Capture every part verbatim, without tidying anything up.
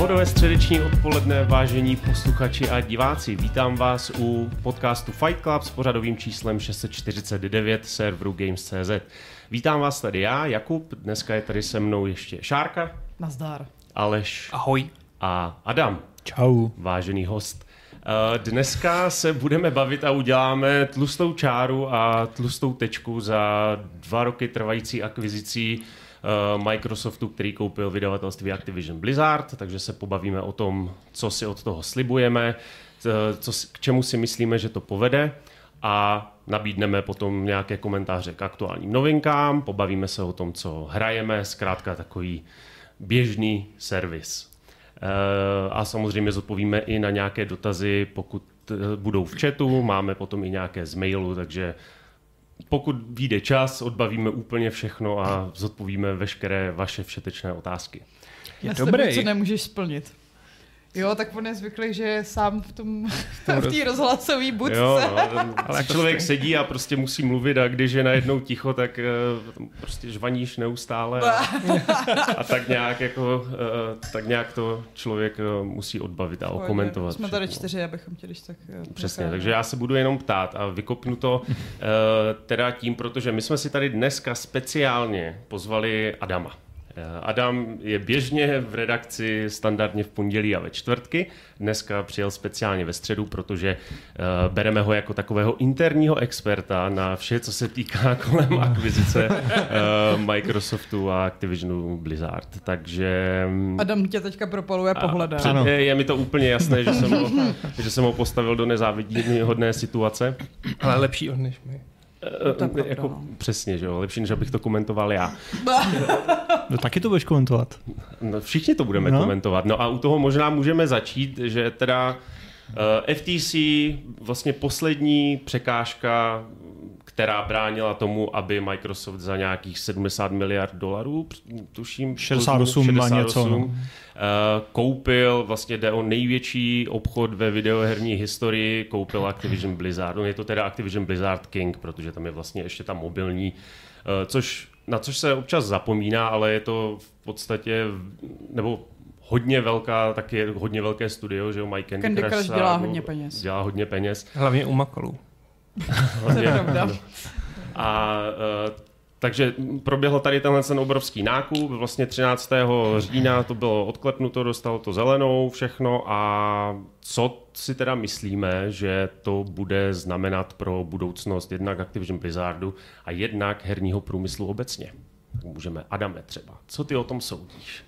Pohodové středeční odpoledne, vážení posluchači a diváci. Vítám vás u podcastu Fight Club s pořadovým číslem šest set čtyřicet devět serveru Games tečka cé zet. Vítám vás tady já, Jakub, dneska je tady se mnou ještě Šárka. Nazdar. Aleš. Ahoj. A Adam. Čau. Vážený host. Dneska se budeme bavit a uděláme tlustou čáru a tlustou tečku za dva roky trvající akvizicí Microsoftu, který koupil vydavatelství Activision Blizzard, takže se pobavíme o tom, co si od toho slibujeme, co, k čemu si myslíme, že to povede, a nabídneme potom nějaké komentáře k aktuálním novinkám, pobavíme se o tom, co hrajeme, zkrátka takový běžný servis. A samozřejmě zodpovíme i na nějaké dotazy, pokud budou v chatu, máme potom i nějaké z mailu, takže pokud vyjde čas, odbavíme úplně všechno a zodpovíme veškeré vaše všetečné otázky. Je dobrý. Co nemůžeš splnit. Jo, tak on je zvyklý, že je sám v tom v té rozhlasové budce. Jo, no, ale člověk sedí a prostě musí mluvit, a když je najednou ticho, tak uh, prostě žvaníš neustále a, a tak nějak jako uh, tak nějak to člověk uh, musí odbavit a Pojde, okomentovat. Jsme tady čtyři, abychom tě, když tak... Uh, Přesně, takže já se budu jenom ptát a vykopnu to uh, teda tím, protože my jsme si tady dneska speciálně pozvali Adama. Adam je běžně v redakci standardně v pondělí a ve čtvrtky. Dneska přijel speciálně ve středu, protože uh, bereme ho jako takového interního experta na vše, co se týká kolem akvizice uh, Microsoftu a Activisionu Blizzard. Takže... Adam tě teďka propaluje pohledem. Před, je, je mi to úplně jasné, že jsem ho, že jsem ho postavil do nezáviděníhodné situace. Ale lepší on než my. Uh, jako, no. Přesně, že jo, lepší, než abych to komentoval já. No taky to budeš komentovat. No, všichni to budeme no. komentovat. No a u toho možná můžeme začít, že teda uh, F T C, vlastně poslední překážka, která bránila tomu, aby Microsoft za nějakých sedmdesát miliard dolarů, tuším, šedesát osm, šedesát osm něco, no. uh, koupil, vlastně jde o největší obchod ve videoherní historii, koupil Activision Blizzard. No, je to teda Activision Blizzard King, protože tam je vlastně ještě ta mobilní, uh, což, na což se občas zapomíná, ale je to v podstatě, nebo hodně velká, taky hodně velké studio, že jo, Mike Candy, Candy Crush dělá ságu, hodně peněz. Dělá hodně peněz. Hlavně u Makalů. Hodně. A uh, takže proběhl tady tenhle ten obrovský nákup, vlastně třináctého října to bylo odklepnuto, dostalo to zelenou všechno. A co si teda myslíme, že to bude znamenat pro budoucnost jednak Activision Blizzardu a jednak herního průmyslu obecně? Můžeme, Adame třeba, co ty o tom soudíš?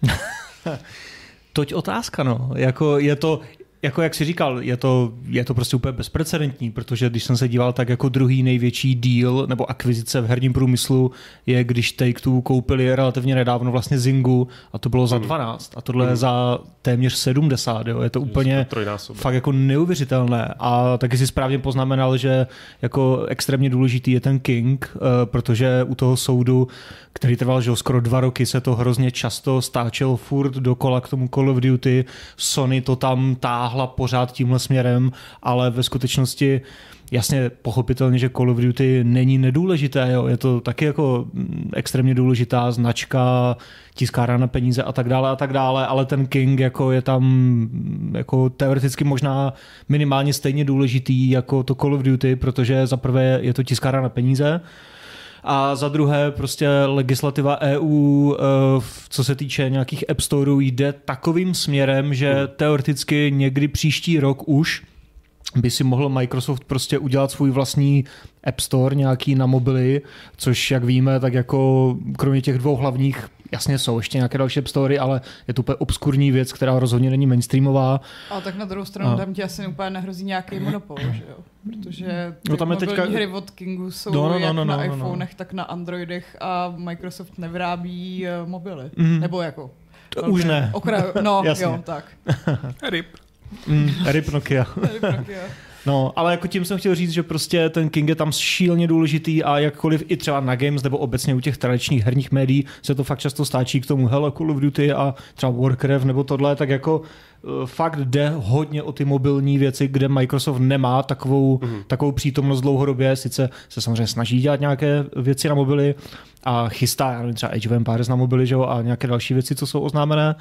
Toť otázka, no. Jako je to... Jako jak jsi říkal, je to, je to prostě úplně bezprecedentní, protože když jsem se díval, tak jako druhý největší deal nebo akvizice v herním průmyslu je, když Take-Two koupili relativně nedávno vlastně Zyngu, a to bylo za dvanáct a tohle mm. je za téměř sedmdesát, jo. Je to úplně fakt jako neuvěřitelné. A taky si správně poznamenal, že jako extrémně důležitý je ten King, protože u toho soudu, který trval, že skoro dva roky, se to hrozně často stáčelo furt dokola k tomu Call of Duty. Sony to tam táhla pořád tímhle směrem, ale ve skutečnosti jasně pochopitelně, že Call of Duty není nedůležité, jo. Je to taky jako extrémně důležitá značka, tiskárna na peníze a tak dále a tak dále, ale ten King jako je tam jako teoreticky možná minimálně stejně důležitý jako to Call of Duty, protože za prvé je to tiskárna na peníze, a za druhé prostě legislativa E U, co se týče nějakých App Storeů, jde takovým směrem, že teoreticky někdy příští rok už by si mohl Microsoft prostě udělat svůj vlastní App Store nějaký na mobily, což jak víme, tak jako kromě těch dvou hlavních, jasně jsou ještě nějaké další App Story, ale je to úplně obskurní věc, která rozhodně není mainstreamová. Ale tak na druhou stranu a... tam ti asi úplně nehrozí nějaký monopol, že jo? Protože ty no tam je mobilní teďka... hry od Kingu jsou no, no, no, jak no, no, na no, iPhonech, no. tak na Androidech a Microsoft nevyrábí uh, mobily. Mm. Nebo jako... To už ne. Okraj... No, jo, tak. Rip. Mm, Rip Nokia. Rip Nokia. No, ale jako tím jsem chtěl říct, že prostě ten King je tam šíleně důležitý a jakkoliv i třeba na Games nebo obecně u těch tradičních herních médií se to fakt často stáčí k tomu hele Call of Duty a třeba Warcraft nebo tohle, tak jako fakt jde hodně o ty mobilní věci, kde Microsoft nemá takovou, mm. takovou přítomnost dlouhodobě, sice se samozřejmě snaží dělat nějaké věci na mobily a chystá, já nevím, třeba Age of Empires na mobily, že jo, a nějaké další věci, co jsou oznámené,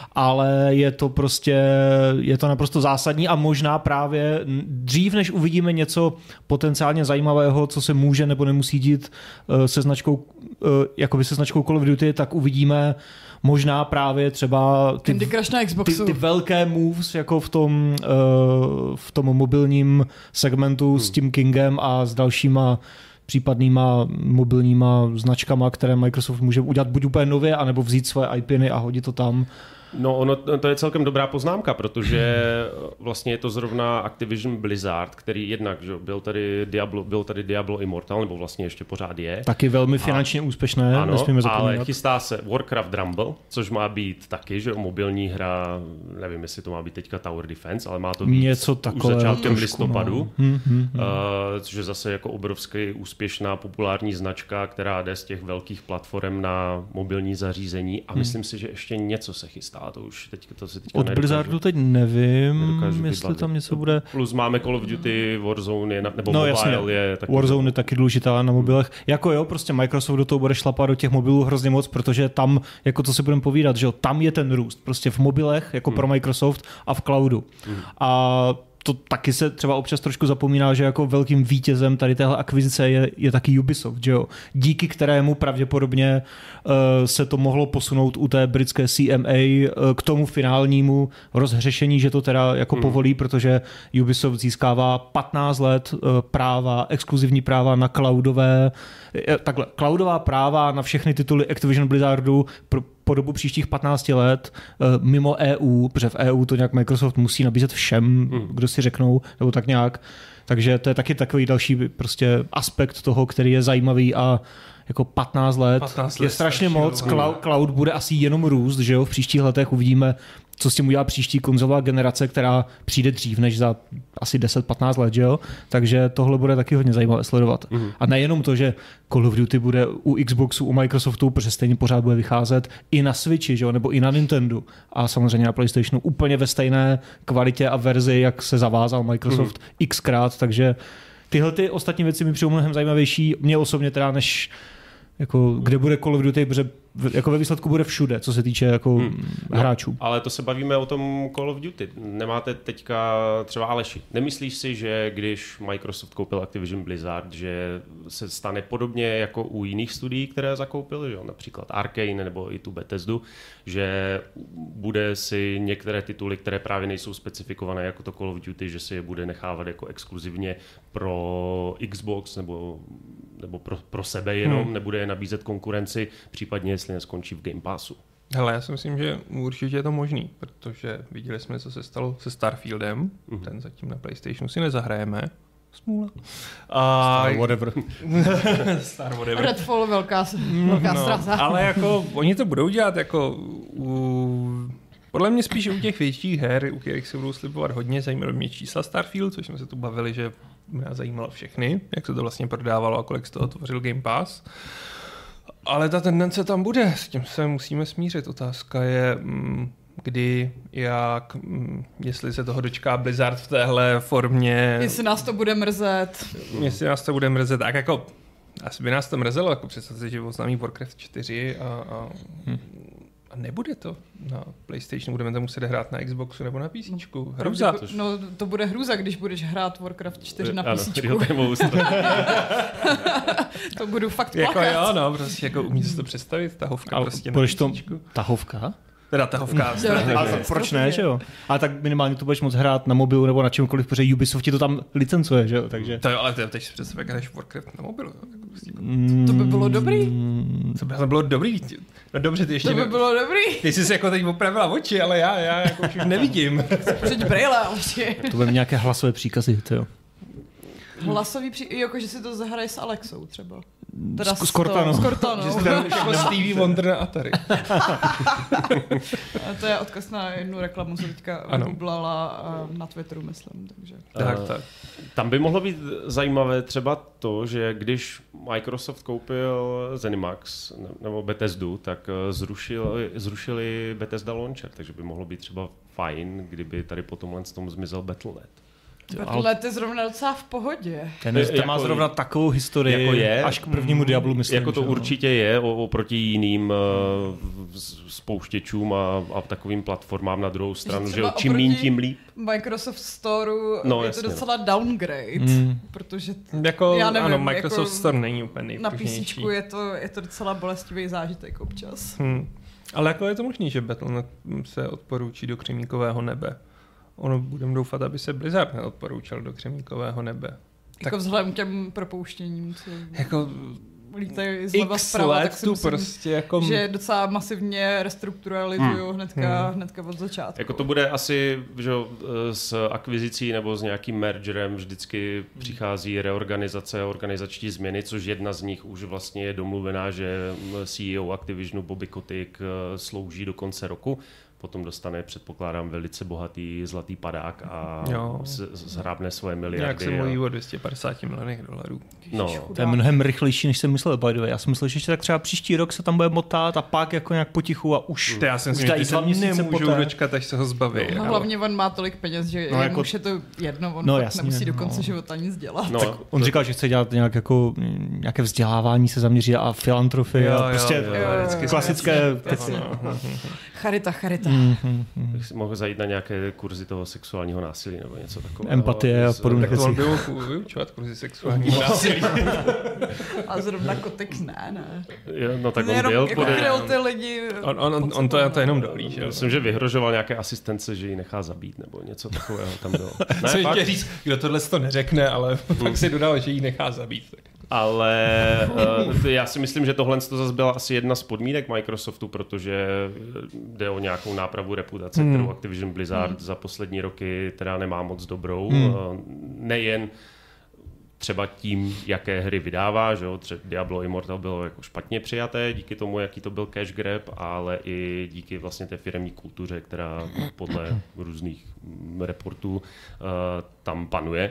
ale je to prostě, je to naprosto zásadní a možná právě dřív, než uvidíme něco potenciálně zajímavého, co se může nebo nemusí dít se značkou, jakoby se značkou Call of Duty, tak uvidíme možná právě třeba ty, ty, ty velké moves jako v tom, uh, v tom mobilním segmentu hmm. s tím Kingem a s dalšíma případnýma mobilníma značkama, které Microsoft může udělat buď úplně nově, anebo vzít svoje I P ny a hodit to tam. No, ono, to je celkem dobrá poznámka, protože vlastně je to zrovna Activision Blizzard, který jednak, že byl tady Diablo, byl tady Diablo Immortal, nebo vlastně ještě pořád je. Taky velmi finančně a, úspěšné, ano, nesmíme zapomínat. Ale chystá se Warcraft Rumble, což má být taky, že mobilní hra, nevím, jestli to má být teďka Tower Defense, ale má to být něco takové, už začátkem trošku, listopadu, no. hmm, hmm, hmm. Uh, což je zase jako obrovsky úspěšná populární značka, která jde z těch velkých platform na mobilní zařízení a hmm. myslím si, že ještě něco se chystá. To už teďka, to si teďka od Blizzardu teď nevím, jestli tam něco bude. Plus máme Call of Duty, Warzone, je, nebo no, mobile jasně. je taky. Warzone je taky důležitá na mobilech. Hmm. Jako jo, prostě Microsoft do toho bude šlapat do těch mobilů hrozně moc, protože tam, jako co si budeme povídat, že jo, tam je ten růst. Prostě v mobilech, jako hmm. pro Microsoft a v cloudu. Hmm. A to taky se třeba občas trošku zapomíná, že jako velkým vítězem tady téhle akvizice je, je taky Ubisoft, že jo? Díky kterému pravděpodobně uh, se to mohlo posunout u té britské C M A uh, k tomu finálnímu rozhřešení, že to teda jako hmm. povolí, protože Ubisoft získává patnáct let uh, práva, exkluzivní práva na cloudové, uh, takhle, cloudová práva na všechny tituly Activision Blizzardu pro po dobu příštích patnácti let mimo E U, protože v E U to nějak Microsoft musí nabízet všem, hmm. kdo si řeknou, nebo tak nějak. Takže to je taky takový další prostě aspekt toho, který je zajímavý a jako patnáct let patnáct je strašně moc. Cloud, cloud bude asi jenom růst, že jo? V příštích letech uvidíme, co s tím udělá příští konzolová generace, která přijde dřív než za asi deset patnáct let, že jo? Takže tohle bude taky hodně zajímavé sledovat. Mm. A nejenom to, že Call of Duty bude u Xboxu, u Microsoftu, protože stejně pořád bude vycházet i na Switchi, že jo? Nebo i na Nintendo. A samozřejmě na PlayStationu úplně ve stejné kvalitě a verzi, jak se zavázal Microsoft mm. xkrát, takže tyhle ty ostatní věci mi přijou mnohem zajímavější, mě osobně teda, než jako, kde bude Call of Duty, protože jako ve výsledku bude všude, co se týče jako hmm. hráčů. No, ale to se bavíme o tom Call of Duty. Nemáte teďka třeba Aleši. Nemyslíš si, že když Microsoft koupil Activision Blizzard, že se stane podobně jako u jiných studií, které zakoupili, že? Například Arcane nebo i tu Bethesdu, že bude si některé tituly, které právě nejsou specifikované jako to Call of Duty, že si je bude nechávat jako exkluzivně pro Xbox nebo, nebo pro, pro sebe jenom, hmm. nebude je nabízet konkurenci, případně jestli neskončí v Game Passu. Hele, já si myslím, že určitě je to možný, protože viděli jsme, co se stalo se Starfieldem, mm-hmm. ten zatím na PlayStationu si nezahrajeme. Smůla. A... Star whatever. Star whatever. Redfall velká, velká no, ztráta. Ale jako, oni to budou dělat jako u... Podle mě spíš u těch větších her, u kterých se budou slibovat hodně, zajímalo mě čísla Starfield, což jsme se tu bavili, že mě zajímalo všechny, jak se to vlastně prodávalo a kolik z toho tvořil Game Pass. Ale ta tendence tam bude, s tím se musíme smířit. Otázka je, kdy, jak, jestli se toho dočká Blizzard v téhle formě. Jestli nás to bude mrzet. Jestli nás to bude mrzet, tak jako asi by nás to mrzelo, jako představte si, že oznámí Warcraft čtyři a, a, hmm. a nebude to na PlayStationu, budeme to muset hrát na Xboxu nebo na PCčku. Hruza. No to bude hruza, když budeš hrát Warcraft čtyři na PCčku. To budu fakt plakat. Jako jo, no, prostě jako umí si to představit, tahovka ale prostě na PCčku. Tahovka? Teda tahovka. Ale proč ne, že jo? Ale tak minimálně to budeš moc hrát na mobilu nebo na čemkoliv, protože Ubisoft ti to tam licencuje, že jo? Takže... To jo, ale teď si představ, jak hraješ Warcraft na mobilu. To by bylo dobrý. To by bylo dobrý. No dobře, ty ještě... To by bylo dobrý. Ty jsi se jako teď opravila oči, ale já, já jako už nevidím. Přeď brejle oči. To bude nějaké hlasové příkazy, to jo. Hlasový příkazy, jako že si to zahraje s Alexou třeba. Teda s Cortanou. S Cortanou. Že jste jako Stevie Wonder na Atari. To je odkaz na jednu reklamu, co teďka googlala na Twitteru, myslím. Takže. Tak, tak. Tam by mohlo být zajímavé třeba to, že když Microsoft koupil ZeniMax nebo Bethesdu, tak zrušili, zrušili Bethesda Launcher, takže by mohlo být třeba fajn, kdyby tady po tomhle tomu zmizel Battle net. Battle je zrovna docela v pohodě. Ten je, jako, má zrovna takovou historii, jako je, až k prvnímu mm, Diablu, myslím. Jako to že, určitě je oproti jiným uh, spouštěčům a, a takovým platformám na druhou stranu, že čím míň, tím líp. Microsoft Storeu no, je jasně. to docela downgrade, mm. protože jako, já nevím, ano, Microsoft jako Store není úplně nejpružnější. Na PCčku je to, je to docela bolestivý zážitek občas. Hmm. Ale jako je to možný, že Battle net se odporučí do křemíkového nebe? Ono budeme doufat, aby se Blizzard neodporučil do křemíkového nebe. Jako tak vzhledem k těm propouštěním, co jako lítají zleva zprava, tak si myslím, prostě jako... že docela masivně restrukturalizují hmm. hnedka, hmm. hnedka od začátku. Jako to bude asi, že s akvizicí nebo s nějakým mergerem vždycky hmm. přichází reorganizace a organizační změny, což jedna z nich už vlastně je domluvená, že C E O Activisionu Bobby Kotick slouží do konce roku. Potom dostane, předpokládám, velice bohatý zlatý padák a zhrábne svoje miliardy. Jak se mluví o dvě stě padesát milionech dolarů. No. To je mnohem rychlejší, než jsem myslel, by the way. Já jsem myslel, že ještě tak třeba příští rok se tam bude motat a pak jako nějak potichu a už. To já si myslím, že ty se nemůžou dočkat, až se ho zbaví. No, ale... hlavně on má tolik peněz, že no, jako... už je to jedno, on no, fakt jasně, nemusí do no. konce života nic dělat. No, tak on říkal, že chce dělat nějak jako, nějaké vzdělávání, se zaměří a filantropii a prostě jo, jo, jo, klasické... Charita, charita. Tak si mohl zajít na nějaké kurzy toho sexuálního násilí nebo něco takového. Empatie a podobných věcí. Tak on by mohl vyučovat kurzy sexuálního násilí. A zrovna Kotek ne, ne. Jo, no tak on jenom, byl... Jako kryl ty lidi... On, on, on, on to, to jenom dolí, že? Myslím, že vyhrožoval nějaké asistence, že ji nechá zabít nebo něco takového tam bylo. Ne, co fakt? Říct, kdo tohle to neřekne, ale pak si dodal, že ji nechá zabít. Tak. Ale uh, já si myslím, že tohle to zase byla asi jedna z podmínek Microsoftu, protože jde o nějakou nápravu reputace, hmm. kterou Activision Blizzard hmm. za poslední roky teda nemá moc dobrou. Hmm. Uh, nejen třeba tím, jaké hry vydává, že jo, třeba Diablo Immortal bylo jako špatně přijaté díky tomu, jaký to byl cash grab, ale i díky vlastně té firemní kultuře, která podle různých reportů uh, tam panuje.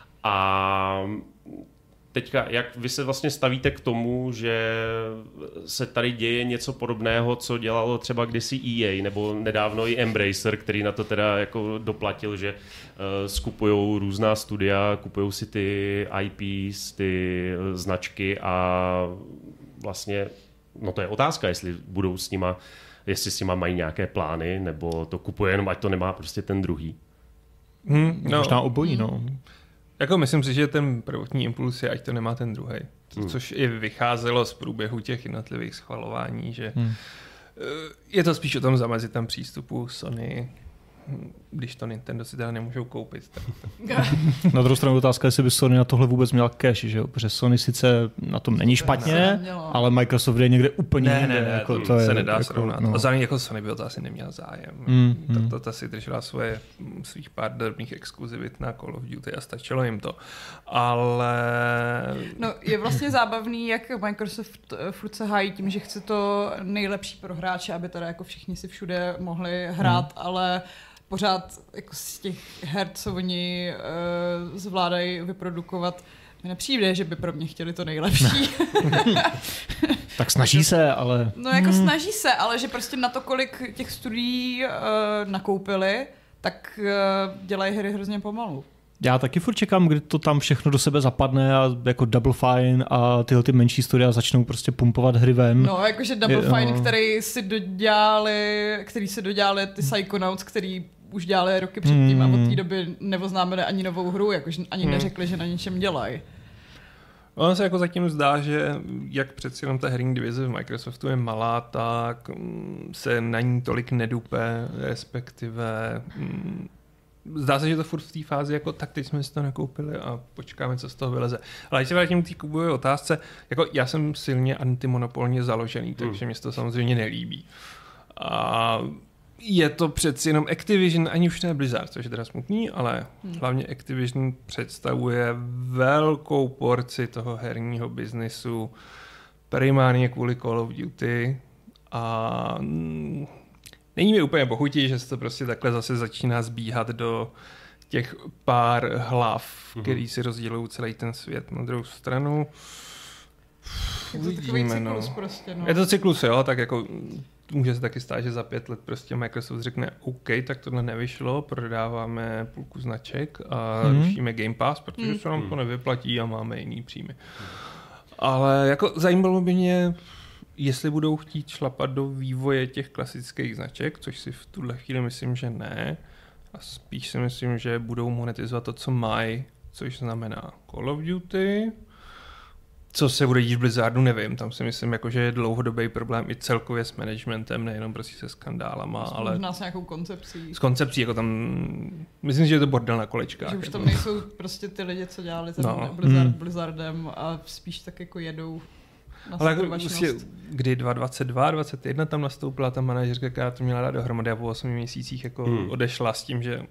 A teďka, jak vy se vlastně stavíte k tomu, že se tady děje něco podobného, co dělalo třeba kdysi E A, nebo nedávno i Embracer, který na to teda jako doplatil, že uh, skupujou různá studia, kupujou si ty I Ps, ty značky a vlastně, no to je otázka, jestli budou s nima, jestli s nima mají nějaké plány, nebo to kupuje jenom, ať to nemá prostě ten druhý. Hmm, no. Možná obojí, no. Jako myslím si, že ten prvotní impuls je, ať to nemá ten druhý. Hmm. Což i vycházelo z průběhu těch jednotlivých schvalování, že hmm. je to spíš o tom zamezit tam přístupu Sony, když to Nintendo si teda nemůžou koupit. Tak, tak. Na druhou stranu otázka, jestli by Sony na tohle vůbec měla cash, že jo? Protože Sony sice na tom není špatně, ale Microsoft je někde úplně ne, někde. Ne, ne, jako, to, to se je, nedá jako, srovnat. No. A zároveň jako Sony by to asi neměla zájem. Mm, ta, mm. ta, ta si držela svoje, svých pár drobných exkluzivit na Call of Duty a stačilo jim to. Ale... No, je vlastně zábavný, jak Microsoft furt se hájí tím, že chce to nejlepší pro hráče, aby teda jako všichni si všude mohli hrát, mm. ale pořád jako z těch her, co oni uh, zvládají vyprodukovat, mi nepřijde, že by pro mě chtěli to nejlepší. Tak snaží se, ale... No jako hmm. snaží se, ale že prostě na to, kolik těch studií uh, nakoupili, tak uh, dělají hry hrozně pomalu. Já taky furt čekám, kdy to tam všechno do sebe zapadne a jako Double Fine a tyhle ty menší studia začnou prostě pumpovat hry ven. No, jakože Double je, Fine, no. který si dodělali, který si dodělali ty Psychonauts, který už dělali roky předtím hmm. a od té doby neoznámili ani novou hru, jakože ani hmm. neřekli, že na něčem dělají. Ono se jako zatím zdá, že jak přeci jenom ta herní divize v Microsoftu je malá, tak se na ní tolik nedupe, respektive zdá se, že to furt v té fázi jako tak teď jsme si to nakoupili a počkáme, co z toho vyleze. Ale když se vrátím k té Kubové otázce, jako já jsem silně antimonopolně založený, takže hmm. mě to samozřejmě nelíbí. A je to přeci jenom Activision, ani už ne Blizzard, což je teda smutný, ale hmm. hlavně Activision představuje velkou porci toho herního biznisu primárně kvůli Call of Duty a není mi úplně pochutí, že se to prostě takhle zase začíná zbíhat do těch pár hlav, hmm. který si rozdělují celý ten svět. Na druhou stranu je to takový cyklus no. prostě. No. Je to cyklus, jo, tak jako může se taky stát, že za pět let prostě Microsoft řekne OK, tak tohle nevyšlo, prodáváme půlku značek a hmm. rušíme Game Pass, protože hmm. se nám to nevyplatí a máme jiný příjmy. Hmm. Ale jako zajímalo by mě, jestli budou chtít šlapat do vývoje těch klasických značek, což si v tuhle chvíli myslím, že ne. A spíš si myslím, že budou monetizovat to, co mají, což znamená Call of Duty. Co se bude dít v Blizzardu, nevím. Tam si myslím, jako, že je dlouhodobý problém i celkově s managementem, nejenom prostě se skandálama, Myslím, ale... Možná s nějakou koncepcí. S koncepcí, jako tam... Myslím, že je to bordel na kolečkách. Že už tam nejsou prostě ty lidi, co dělali ten no. Blizzard, Blizzardem a spíš tak jako jedou na ale jako prostě, kdy dva tisíce dvacet dva, dvacet jedna tam nastoupila ta manažerka, která to měla dát dohromady a po osmi měsících jako hmm. odešla s tím, že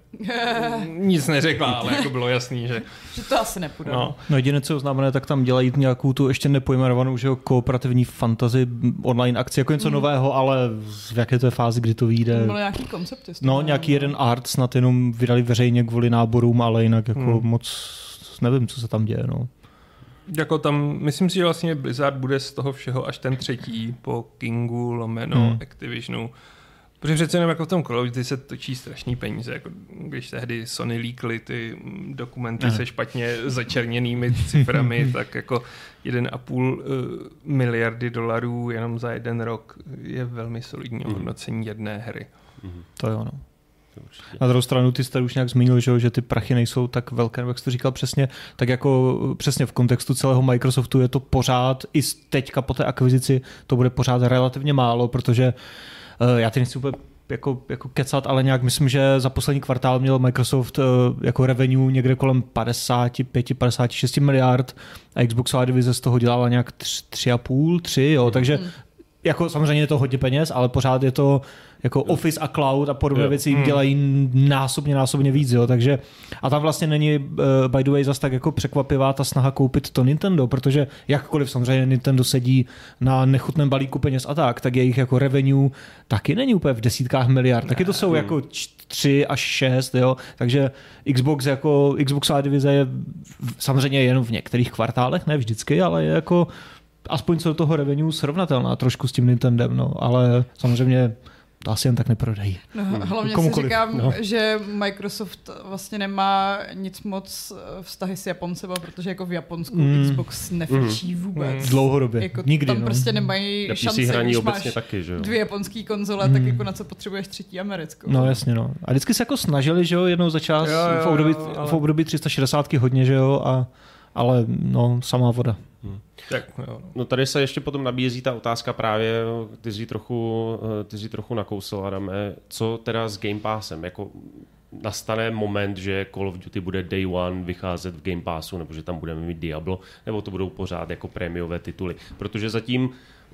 nic neřekla, ale jako bylo jasný, že... že to asi nepůjde. No, no jediné, co oznámené, tak tam dělají nějakou tu ještě nepojmenovanou, že jo, kooperativní fantasy online akci, jako něco hmm. nového, ale v jaké to je fázi, kdy to vyjde. Bylo nějaký koncepty. No, nějaký jeden art snad jenom vydali veřejně kvůli náborům, ale jinak jako hmm. moc nevím, co se tam děje, no. Jako tam, myslím si, že vlastně Blizzard bude z toho všeho až ten třetí po Kingu, lomeno, hmm. Activisionu. Protože přece jenom jako v tom Call of Duty se točí strašný peníze, jako když tehdy Sony leakly ty dokumenty hmm. se špatně začerněnými ciframi, tak jako jeden a půl uh, miliardy dolarů jenom za jeden rok je velmi solidní hmm. hodnocení jedné hry. Hmm. To jo, no. Určitě. Na druhou stranu ty jste už nějak zmínil, že, že ty prachy nejsou tak velké, jak jsi to říkal přesně, tak jako přesně v kontextu celého Microsoftu je to pořád, i teďka po té akvizici to bude pořád relativně málo, protože uh, já ty nechci úplně jako, jako kecat, ale nějak myslím, že za poslední kvartál měl Microsoft uh, jako revenue někde kolem padesát pět padesát šest miliard a Xboxová divize z toho dělala nějak tři a půl, tři, jo, takže hmm. jako samozřejmě je to hodně peněz, ale pořád je to jako Office a Cloud a podobné jo. věci jim dělají násobně, násobně víc, jo, takže a tam vlastně není uh, by the way zas tak jako překvapivá ta snaha koupit to Nintendo, protože jakkoliv samozřejmě Nintendo sedí na nechutném balíku peněz a tak, tak jejich jako revenue taky není úplně v desítkách miliard, ne. taky to jsou hmm. jako tři až šest, jo, takže Xbox jako Xboxová divize je samozřejmě jen v některých kvartálech, ne vždycky, ale je jako aspoň co do toho revenue srovnatelná trošku s tím Nintendem, no, ale samozřejmě to asi jen tak neprodají. No, hlavně Komukoliv. si říkám, no. že Microsoft vlastně nemá nic moc vztahy s Japoncema, protože jako v Japonsku mm. Xbox nefrčí mm. vůbec. Dlouhodobě. Jako Nikdy. Tam no. prostě nemají šanci, když máš taky, že jo? dvě japonský konzole, mm. tak jako na co potřebuješ třetí americkou. No jasně, no. A vždycky se jako snažili, že jo, jednou za čas, jo, jo, v období, jo, ale... v období tři sta šedesát hodně, že jo, a, ale no, samá voda. Hmm. Tak, jo. No tady se ještě potom nabízí ta otázka právě, ty jsi trochu, ty jsi trochu nakousl, Adame, co teda s Game Passem, jako nastane moment, že Call of Duty bude day one vycházet v Game Passu, nebo že tam budeme mít Diablo, nebo to budou pořád jako prémiové tituly, protože zatím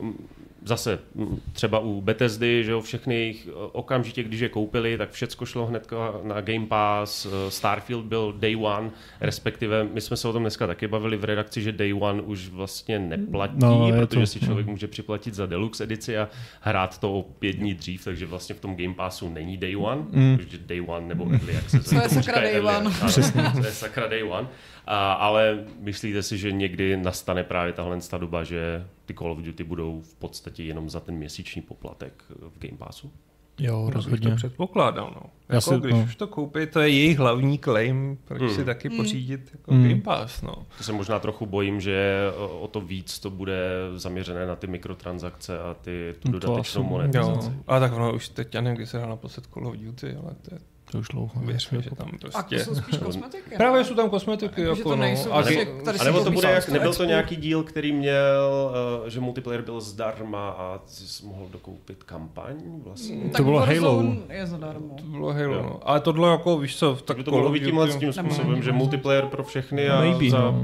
zase třeba u Bethesdy, že jo, všechny jich okamžitě, když je koupili, tak všecko šlo hned na Game Pass, Starfield byl day one, respektive my jsme se o tom dneska taky bavili v redakci, že day one už vlastně neplatí, no, protože to, si člověk no. může připlatit za deluxe edici a hrát to o pět dní dřív, takže vlastně v tom Game Passu není day one, mm. protože day one nebo early access. Co je sakra day one? Co je sakra day one. A, ale myslíte si, že někdy nastane právě tahle doba, že ty Call of Duty budou v podstatě jenom za ten měsíční poplatek v Game Passu? Jo, rozhodně. To předpokládal, no. Jako, si, když no. už to koupí, to je jejich hlavní claim, proč hmm. si taky pořídit jako hmm. Game Pass, no. To se možná trochu bojím, že o to víc to bude zaměřené na ty mikrotransakce a ty, tu dodatečnou monetizaci. A tak ono už teď, já nevím, kdy se hrál naposled Call of Duty, ale to je to už dlouho. Věřme, že tam prostě... A to jsou spíš kosmetiky. Právě jsou tam kosmetiky. Jako, jako to nejsou, no. A, nebo, a nebo to bude, jak, nebyl to nějaký díl, který měl, uh, že multiplayer byl zdarma a jsi mohl dokoupit kampaň vlastně? Mm, to bylo Halo. Je zadarmo. To bylo Halo, no. Ale tohle jako, víš co... Tak by to mohlo být tímhle s tím způsobem, že multiplayer pro všechny a Maybe, za... No.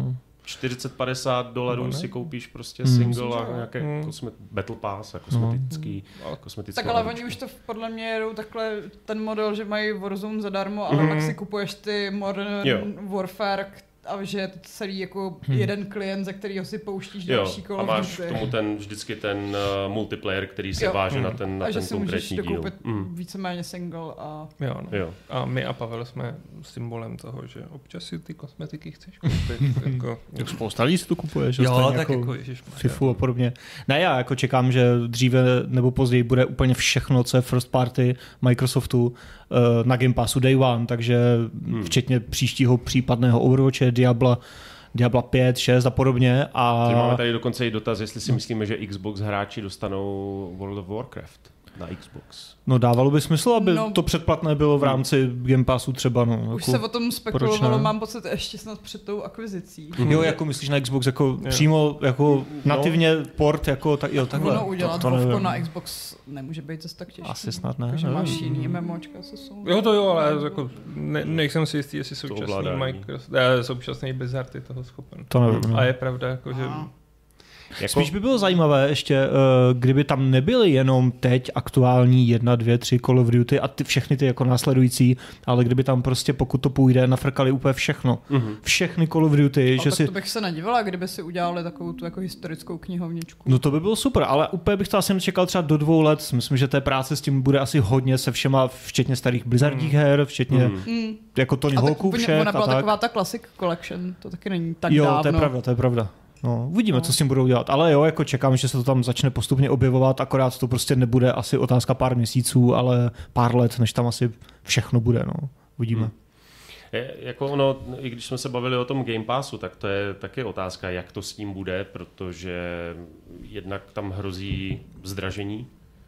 čtyřicet padesát dolarů no, si koupíš prostě hmm. single a nějaké hmm. kosmet, Battle Pass a kosmetický, hmm. kosmetická. Tak ale oni už to podle mě jedou takhle ten model, že mají Warzone zadarmo, ale hmm. pak si kupuješ ty Modern jo. Warfare, a že je to celý jako hmm. jeden klient, ze kterého si pouštíš další kolo. A máš k tomu ten, vždycky ten uh, multiplayer, který se jo. váže hmm. na ten, na ten konkrétní díl. A že si můžeš dokoupit hmm. víceméně single a... Jo, no. jo. A my a Pavel jsme symbolem toho, že občas si ty kosmetiky chceš koupit. jako... Spousta lidí si to kupuje, že? Jo, tak jako, jako FIFU a podobně. Ne, já jako čekám, že dříve nebo později bude úplně všechno, co je first party Microsoftu na Game Passu Day One, takže hmm. včetně příštího případného Overwatche, Diabla, Diabla pět, šest a podobně. A... Teď máme tady dokonce i dotaz, jestli si myslíme, že Xbox hráči dostanou World of Warcraft na Xbox. No dávalo by smysl, aby no, to předplatné bylo v rámci Game Passu třeba. No, už jako, se o tom spekulovalo, mám pocit ještě snad před tou akvizicí. Mm. Jo, jako myslíš na Xbox jako yeah. přímo jako nativně no. port, jako tak, jo, takhle. Ono udělat hovko na Xbox nemůže být zase tak těžké. Asi snad ne. Takže máš jiný MMOčka, co jsou... Jo, to jo, ale jako ne, nejsem si jistý, jestli současný Microsoft, ne, současný Blizzard je toho schopen. To nevím. A je pravda, jako, že... Jako... Spíš by bylo zajímavé ještě, kdyby tam nebyly jenom teď aktuální jedna, dvě, tři Call of Duty a ty, všechny ty jako následující, ale kdyby tam prostě, pokud to půjde, nafrkali úplně všechno. Mm-hmm. Všechny Call of Duty. A že tak si... to bych se nedívala, kdyby si udělali takovou tu jako historickou knihovničku. No to by bylo super, ale úplně bych to asi nečekal třeba do dvou let. Myslím, že té práce s tím bude asi hodně se všema, včetně starých Blizzardích mm. her, včetně mm. jako Tony Hawků všech. Ona byla taková ta Classic Collection, to taky není tak jo, dávno. Jo, to je pravda, to je pravda. No, uvidíme, no. co s tím budou dělat. Ale jo, jako čekám, že se to tam začne postupně objevovat, akorát to prostě nebude asi otázka pár měsíců, ale pár let, než tam asi všechno bude, no. Uvidíme. Hmm. Je, jako ono, i když jsme se bavili o tom Game Passu, tak to je taky otázka, jak to s tím bude, protože jednak tam hrozí zdražení.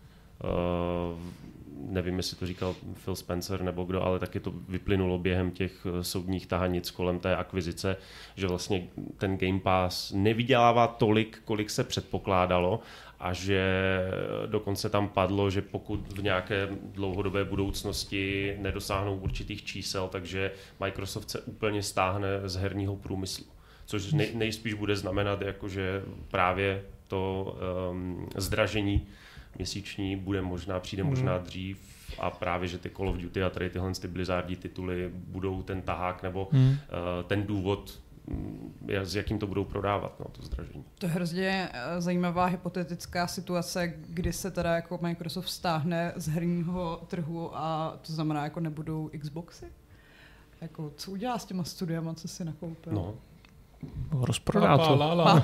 Uh, nevím, jestli to říkal Phil Spencer nebo kdo, ale taky to vyplynulo během těch soudních tahanic kolem té akvizice, že vlastně ten Game Pass nevydělává tolik, kolik se předpokládalo a že dokonce tam padlo, že pokud v nějaké dlouhodobé budoucnosti nedosáhnou určitých čísel, takže Microsoft se úplně stáhne z herního průmyslu. Což nej, nejspíš bude znamenat, jakože právě to um, zdražení měsíční bude možná, přijde možná dřív a právě, že ty Call of Duty a tady tyhle ty Blizzardí tituly budou ten tahák nebo hmm. uh, ten důvod, s jakým to budou prodávat, no, to zdražení. To je hrozně zajímavá hypotetická situace, kdy se teda jako Microsoft stáhne z herního trhu a to znamená, jako nebudou Xboxy? Jako, co udělá s těma studiama, co si nakoupil? No. Rozprodá to.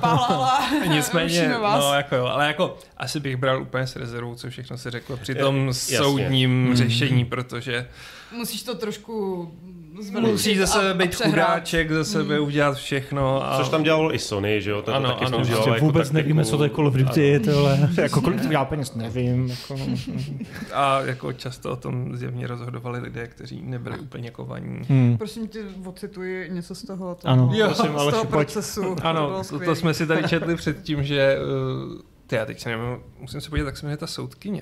Nicméně, no jako jo, ale jako asi bych bral úplně s rezervou, co všechno se řeklo při tom soudním jasně. řešení, protože musíš to trošku musíš ze sebe být chudáček, ze sebe hmm. udělat všechno. A... Což tam dělalo i Sony, že jo? To ano, taky ano. Jako vůbec taktiku. nevíme, co to je Call of Duty, tohle. Jako kolik to dělá peněz, nevím. Jako... A jako často o tom zjevně rozhodovali lidé, kteří nebyli úplně kovaní. Hmm. Prosím tě, ocituji něco z toho, toho, ano. Jo, prosím, z toho procesu. Ano, to, to jsme si tady četli předtím, že uh, ty, já teď se nevím, musím se podívat, tak se jmenuje ta soudkyně.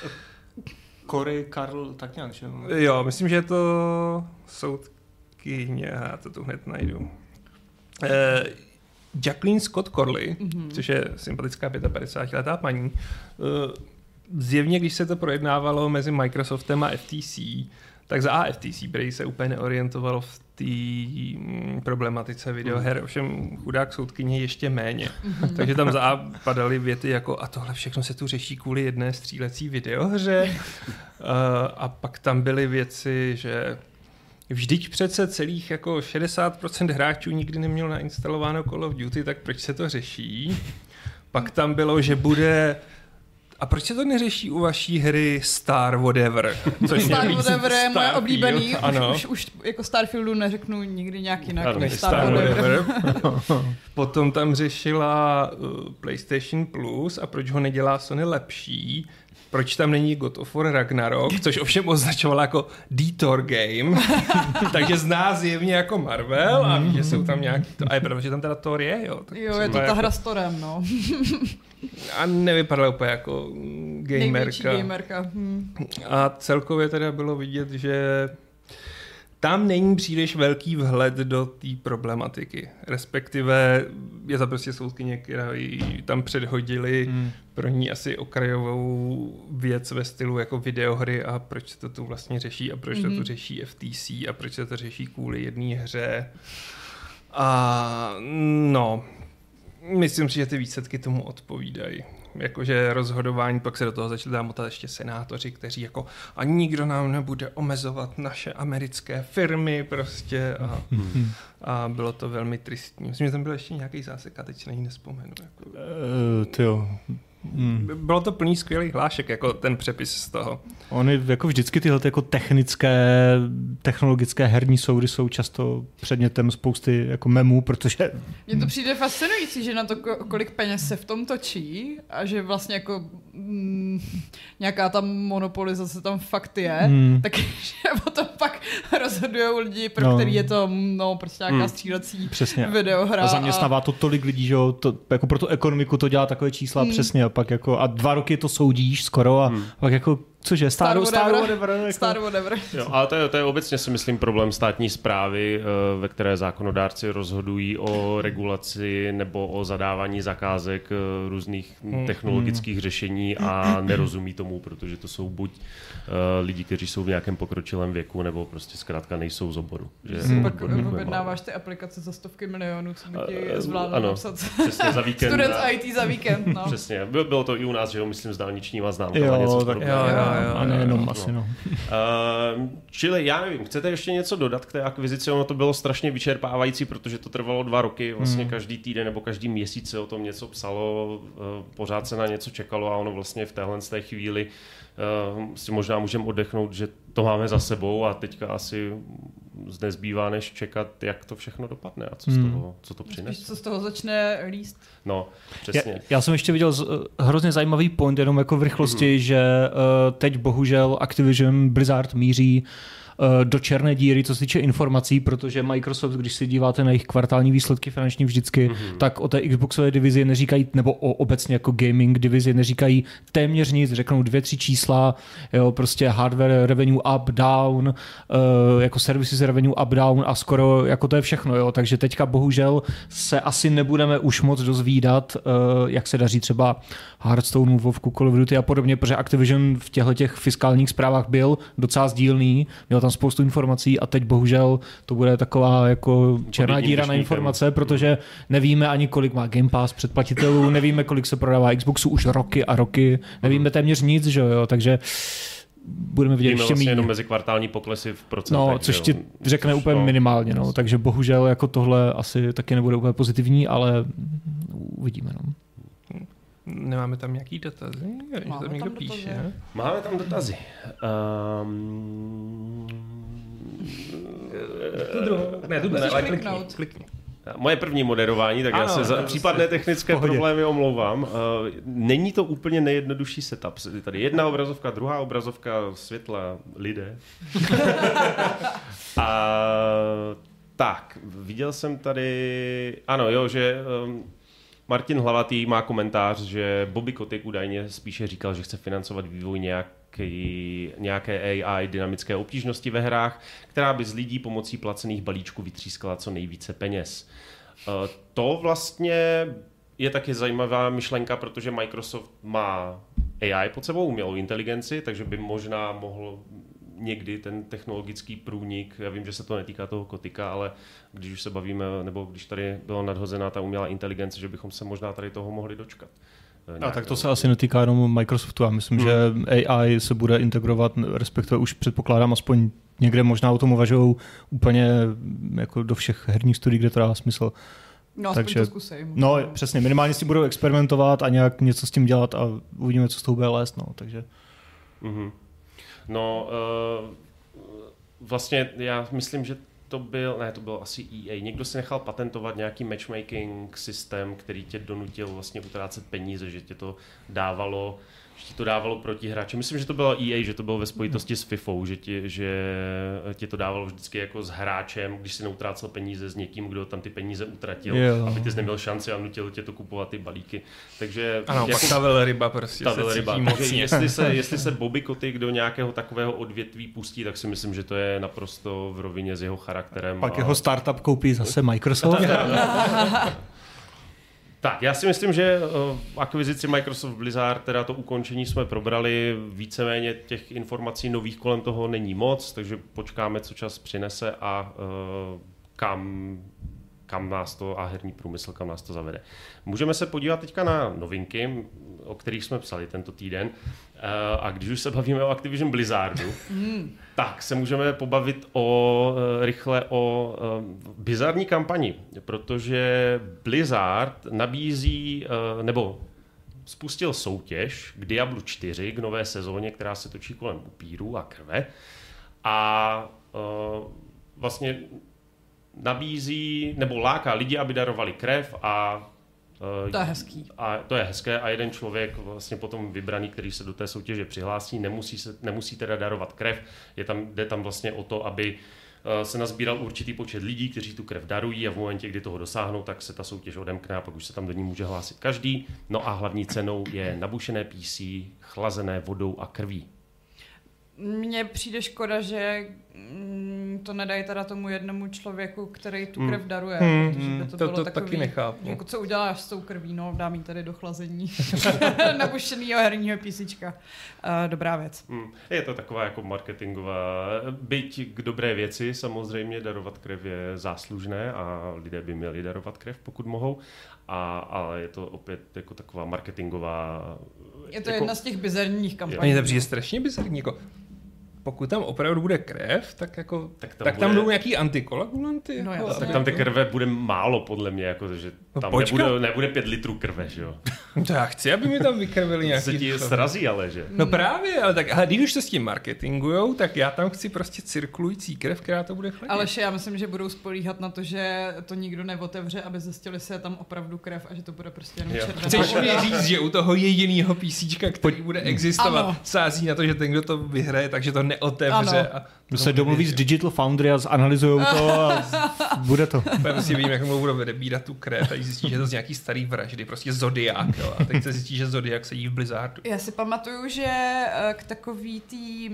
Cory, Karl, tak nějak, že? Jo, myslím, že je to soudkyně, já to tu hned najdu. Eh, Jacqueline Scott Corley, mm-hmm. což je sympatická pětapadesátiletá paní. Eh, zjevně, když se to projednávalo mezi Microsoftem a F T C, tak za A F T C prý se úplně neorientovalo v té mm, problematice videoher, ovšem chudák soudkyně ještě méně. Mm-hmm. Takže tam za A padaly věty jako a tohle všechno se tu řeší kvůli jedné střílecí videohře. uh, a pak tam byly věci, že vždyť přece celých jako šedesát procent hráčů nikdy nemělo nainstalováno Call of Duty, tak proč se to řeší? Pak tam bylo, že bude... A proč se to neřeší u vaší hry Star Whatever? Což Star Whatever je moje oblíbený. Ano. Už, už jako Starfieldu neřeknu nikdy nějak jinak ano, než Star, Star Whatever. Potom tam řešila uh, PlayStation Plus a proč ho nedělá Sony lepší. Proč tam není God of War Ragnarok, což ovšem označovala jako D-Tor game, takže zná zjevně jako Marvel a ví, že jsou tam nějaký... To... A je pravda, že tam teda Thor je, jo? Tak jo, je to ta jako... hra s Thorem, no. A nevypadala úplně jako gamerka. Největší gamerka. Hm. A celkově teda bylo vidět, že tam není příliš velký vhled do té problematiky. Respektive je to prostě soudkyně, která ji tam předhodili hmm. pro ní asi okrajovou věc ve stylu jako videohry a proč to tu vlastně řeší a proč hmm. to tu řeší F T C a proč to to řeší kvůli jedné hře. A no, myslím si, že ty výsledky tomu odpovídají. Jakože rozhodování, pak se do toho začali motat ještě senátoři, kteří jako a nikdo nám nebude omezovat naše americké firmy prostě a, a bylo to velmi tristní. Myslím, že tam byl ještě nějaký zásek a teď si na ní nespomenu. Jako. Uh, tyjo. Hmm. Bylo to plný skvělých hlášek, jako ten přepis z toho. Ony jako vždycky tyhle jako technické, technologické herní soudy jsou často předmětem spousty jako memů, protože... Mně to přijde fascinující, že na to, kolik peněz se v tom točí a že vlastně jako mm, nějaká ta monopolizace tam fakt je, hmm. takže potom pak rozhodujou lidi, pro no. který je to no, prostě nějaká hmm. střílecí přesně. videohra. A zaměstnává a... to tolik lidí, že jo, to, jako pro tu ekonomiku to dělá takové čísla hmm. přesně a pak jako a dva roky to soudíš skoro a hmm. pak jako cože, Star, Star whatever. Star whatever. Star whatever. Jo, ale to je, to je obecně si myslím problém státní správy, ve které zákonodárci rozhodují o regulaci nebo o zadávání zakázek různých hmm. technologických hmm. řešení a nerozumí tomu, protože to jsou buď uh, lidi, kteří jsou v nějakém pokročilém věku, nebo prostě zkrátka nejsou z oboru. Že hmm. pak objednáváš ty aplikace za stovky milionů, co by ti uh, zvládlo napsat. Přesně za víkend. Student I T za víkend, no. Přesně. Bylo, bylo to i u nás, že jo, myslím s dálničníma známkama jo, něco tak, jo, jo, jo, a nejenom no. asi, no. Uh, čili já nevím, chcete ještě něco dodat k té akvizici? Ono to bylo strašně vyčerpávající, protože to trvalo dva roky, vlastně hmm. každý týden nebo každý měsíc se o tom něco psalo, uh, pořád se na něco čekalo a ono vlastně v téhle z té chvíli uh, si možná můžeme oddechnout, že to máme za sebou a teďka asi nezbývá než čekat, jak to všechno dopadne a co z toho, hmm. co to přinese. Co z toho začne líst. No, přesně. Já, já jsem ještě viděl z, uh, hrozně zajímavý point, jenom jako v rychlosti, hmm. že uh, teď bohužel Activision Blizzard míří do černé díry, co se týče informací, protože Microsoft, když si díváte na jejich kvartální výsledky finanční vždycky, mm-hmm. tak o té Xboxové divizi neříkají, nebo o obecně jako gaming divizi neříkají téměř nic, řeknou dvě, tři čísla, jo, prostě hardware revenue up, down, uh, jako services revenue up, down a skoro jako to je všechno, jo, takže teďka bohužel se asi nebudeme už moc dozvídat, uh, jak se daří třeba Hearthstoneu, WoWku, Call of Duty a podobně, protože Activision v těchto těch fiskálních zprávách byl docela sdílný, měl tam spoustu informací a teď bohužel to bude taková jako černá díra na informace, protože nevíme ani kolik má Game Pass předplatitelů, nevíme kolik se prodává Xboxu už roky a roky, nevíme téměř nic, že jo, takže budeme vidět ještě vlastně jenom mezi kvartální poklesy v procentech. No, což ti řekne úplně no, minimálně, no, takže bohužel jako tohle asi taky nebude úplně pozitivní, ale uvidíme, no. Nemáme tam nějaký dotazy? Máme tam někdo tam píše. Dotazy. Máme tam dotazy. Um... Ne, tu ne, ale klikni. klikni. Moje první moderování, tak ano, já se za případné technické pohodě. problémy omlouvám. Uh, není to úplně nejjednodušší setup. Tady jedna obrazovka, druhá obrazovka, světla, lidé. A tak, viděl jsem tady... Ano, jo, že... Um, Martin Hlavatý má komentář, že Bobby Kotick údajně spíše říkal, že chce financovat vývoj nějaký, nějaké A I dynamické obtížnosti ve hrách, která by z lidí pomocí placených balíčků vytřískala co nejvíce peněz. To vlastně je taky zajímavá myšlenka, protože Microsoft má A I pod sebou, umělou inteligenci, takže by možná mohl někdy ten technologický průnik, já vím, že se to netýká toho Kotika, ale když už se bavíme, nebo když tady byla nadhozená ta umělá inteligence, že bychom se možná tady toho mohli dočkat. A tak to se asi netýká jenom Microsoftu. Já myslím, hmm. že A I se bude integrovat, respektive už předpokládám aspoň někde možná o tom uvažují úplně jako do všech herních studií, kde to dá smysl. No, takže, to zkusej. No, přesně, minimálně s tím budou experimentovat a nějak něco s tím dělat a uvidíme, co z toho bude lézt, no, takže... Mm-hmm. No, uh, vlastně já myslím, že to byl, ne, to byl asi E A. Někdo si nechal patentovat nějaký matchmaking systém, který tě donutil vlastně utrácet peníze, že tě to dávalo ti to dávalo proti hráči. Myslím, že to bylo E A, že to bylo ve spojitosti s FIFou, že ti, že ti to dávalo vždycky jako s hráčem, když si neutrácel peníze s někým, kdo tam ty peníze utratil, jo. aby ty jsi neměl šanci a nutil tě to kupovat ty balíky. Takže ano, jako, pak ta velryba prostě ta se velryba. cítí mocně. Jestli se, jestli se Bobby Kotick do nějakého takového odvětví pustí, tak si myslím, že to je naprosto v rovině s jeho charakterem. Pak a... jeho startup koupí zase Microsoft. Tak, já si myslím, že v akvizici Microsoft Blizzard, teda to ukončení jsme probrali, víceméně těch informací nových kolem toho není moc, takže počkáme, co čas přinese a uh, kam, kam nás to a herní průmysl, kam nás to zavede. Můžeme se podívat teďka na novinky, o kterých jsme psali tento týden. Uh, a když už se bavíme o Activision Blizzardu, tak se můžeme pobavit o, uh, rychle o uh, bizarní kampani, protože Blizzard nabízí, uh, nebo spustil soutěž k Diablu čtyři, k nové sezóně, která se točí kolem upírů a krve. A uh, vlastně nabízí, nebo láká lidi, aby darovali krev a to je hezký. A to je hezké a jeden člověk vlastně potom vybraný, který se do té soutěže přihlásí, nemusí, se, nemusí teda darovat krev, je tam, jde tam vlastně o to, aby se nazbíral určitý počet lidí, kteří tu krev darují a v momentě, kdy toho dosáhnou, tak se ta soutěž odemkne a pak už se tam do ní může hlásit každý. No a hlavní cenou je nabušené P C, chlazené vodou a krví. Mně přijde škoda, že to nedají teda tomu jednomu člověku, který tu krev daruje. Hmm, protože by to, to, bylo to takový, taky nechápu. Jako co uděláš s tou krví, no dám jí tady do chlazení nabušenýho herního písíčka. Uh, dobrá věc. Hmm, je to taková jako marketingová, byť k dobré věci, samozřejmě darovat krev je záslužné a lidé by měli darovat krev, pokud mohou, a, ale je to opět jako taková marketingová... Je to jako, jedna z těch bizarních kampaní. Mně to přijde strašně bizarní, jako pokud tam opravdu bude krev, tak jako tak tam, tak tam bude... budou nějaký antikoagulanty. No jako, jasně, tak tam ty krve bude málo podle mě, jako, že tam no nebude, nebude pět litrů krve, že jo? To já chci, aby mi tam vykrvili nějaký... Se ti srazí ale, že? No právě, ale tak, ale když už to s tím marketingujou, tak já tam chci prostě cirkulující krev, která to bude chladit. Ale já myslím, že budou spolíhat na to, že to nikdo neotevře, aby zjistili se tam opravdu krev a že to bude prostě jenom červená. Chceš mi říct, že u toho jediného písíčka, který bude existovat, ano. sází na to, že ten, kdo to vyhraje, takže to neotevře. A to se domluví s Digital Foundry a analyzujou to a bude to. Já prostě vím, jak mu budou odebírat tu krev a zjistí, že to z nějaký starý vraždy, prostě Zodiak. Jo. A teď se zjistí, že Zodiak sedí v Blizzardu. Já si pamatuju, že k takový tý...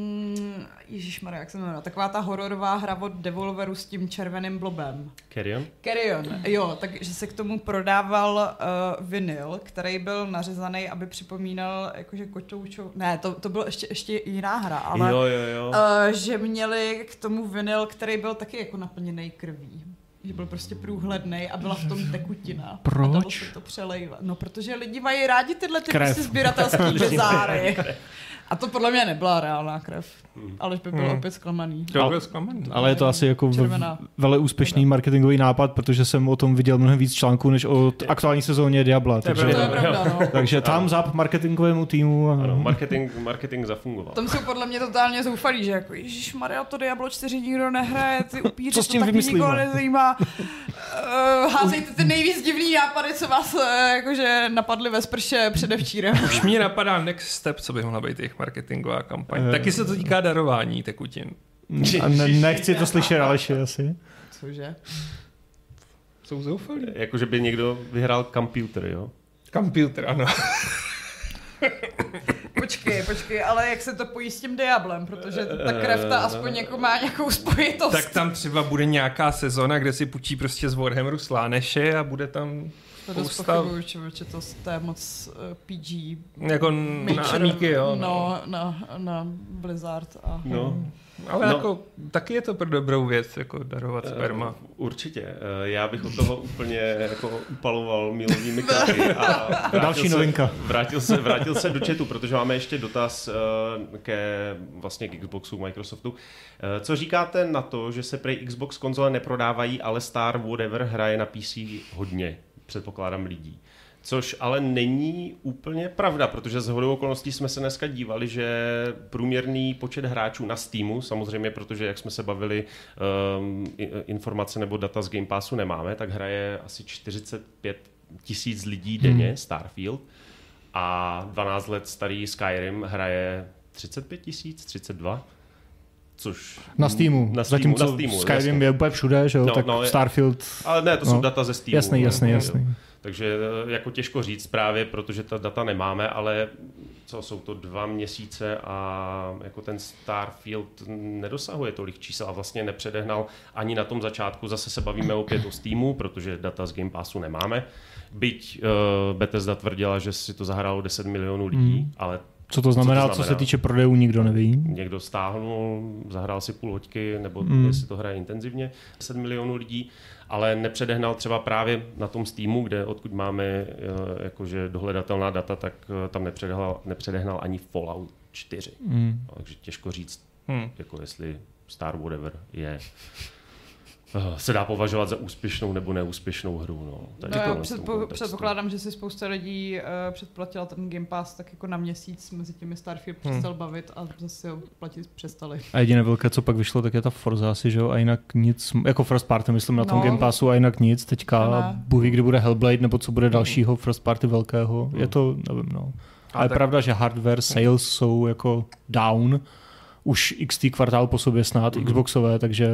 Mm, ježišmarja, jak se jmenuje? Taková ta hororová hra od Devolveru s tím červeným blobem. Carrion? Carrion, jo, takže se k tomu prodával uh, vinyl, který byl nařezaný, aby připomínal jakože kotoučou... Ne, to, to bylo ještě, ještě jiná hra, ale... Jo, jo, jo. Uh, že měli k tomu vinyl, který byl taky jako naplněný krví. Že byl prostě průhlednej a byla v tom tekutina. Proč? A dalo se to přelejvat. No, protože lidi mají rádi tyhle ty prostě sběratelský bizáry. A to podle mě nebyla reálná krev. Aleš by byl hmm. opět zklamaný. To byl zklamaný. Ale je to asi jako velmi úspěšný marketingový nápad, protože jsem o tom viděl mnohem víc článků, než o aktuální sezóně Diabla. Takže, to je pravda, no. takže tam zap marketingovému týmu. A... Ano, marketing, marketing zafungoval. Tam jsou podle mě totálně zoufalí, že jako ježišmarja, to Diablo čtyři nikdo nehraje, ty upíři, co s tím to taky nikoho nezajímá. Uh, házejte ty nejvíc divný nápady, co vás uh, jakože napadly ve sprše předevčírem. Už mě napadá next step, co by mohla být jejich marketingová kampaň. Uh, Taky se to týká darování tekutin. A ne, nechci to slyšet, Aleši, asi. Cože? Jsou zoufalí. Jakože by někdo vyhrál computer, jo? Computer, ano. Počkej, počkej, ale jak se to pojí s tím Diablem, protože ta krefta aspoň jako má nějakou spojitost. Tak tam třeba bude nějaká sezona, kde si půjčí prostě z Warhammeru sláneše a bude tam to dost pochybuju, člověče, to, to je moc uh, P G. Jako na Amíky, jo. No, na, na Blizzard. A, no. Ale no. jako taky je to pro dobrou věc, jako darovat sperma. Uh, určitě. Uh, já bych od toho úplně jako upaloval milovými kroky a další novinka. Se, vrátil, se, vrátil se do chatu, protože máme ještě dotaz uh, ke vlastně k Xboxu, Microsoftu. Uh, co říkáte na to, že se prej Xbox konzole neprodávají, ale Star Whatever hraje na P C hodně, předpokládám, lidí. Což ale není úplně pravda, protože z hodou okolností jsme se dneska dívali, že průměrný počet hráčů na Steamu, samozřejmě protože, jak jsme se bavili, um, informace nebo data z Game Passu nemáme, tak hraje asi čtyřicet pět tisíc lidí denně hmm. Starfield a dvanáct let starý Skyrim hraje třicet pět tisíc, třicet dva. Což na Steamu. Na Steamu, Zatímco na Steamu, Skyrim jasně. je úplně všude, že jo? No, tak no, Starfield... Ale ne, to jsou no. data ze Steamu. Jasný, jasný, jasný. Jo. Takže jako těžko říct právě, protože ta data nemáme, ale co jsou to dva měsíce a jako ten Starfield nedosahuje tolik čísel a vlastně nepředehnal ani na tom začátku. Zase se bavíme opět o Steamu, protože data z Game Passu nemáme. Byť uh, Bethesda tvrdila, že si to zahrálo deset milionů lidí, hmm. ale Co to znamená, co, to znamená, co se týče prodejů, nikdo neví. Někdo stáhnul, zahrál si půl hoďky, nebo mm. jestli to hraje intenzivně, deset milionů lidí, ale nepředehnal třeba právě na tom Steamu, kde odkud máme jakože dohledatelná data, tak tam nepředehnal, nepředehnal ani Fallout čtyři. Mm. Takže těžko říct, mm. jako jestli Star Whatever je... se dá považovat za úspěšnou nebo neúspěšnou hru. No. No, já předpo, předpokládám, že si spousta lidí uh, předplatila ten Game Pass tak jako na měsíc, mezi těmi Starfield hmm. přestal bavit a zase ho platit přestali. A jediné velké, co pak vyšlo, tak je ta Forza asi, že jo? A jinak nic, jako first party, myslím na tom no. Game Passu a jinak nic. Teďka Bůh ví, kdy bude Hellblade nebo co bude dalšího first party velkého. Hmm. Je to, nevím, no. A je tak... pravda, že hardware sales jsou jako down. Už X T kvartál po sobě snad, mm-hmm. Xboxové, takže...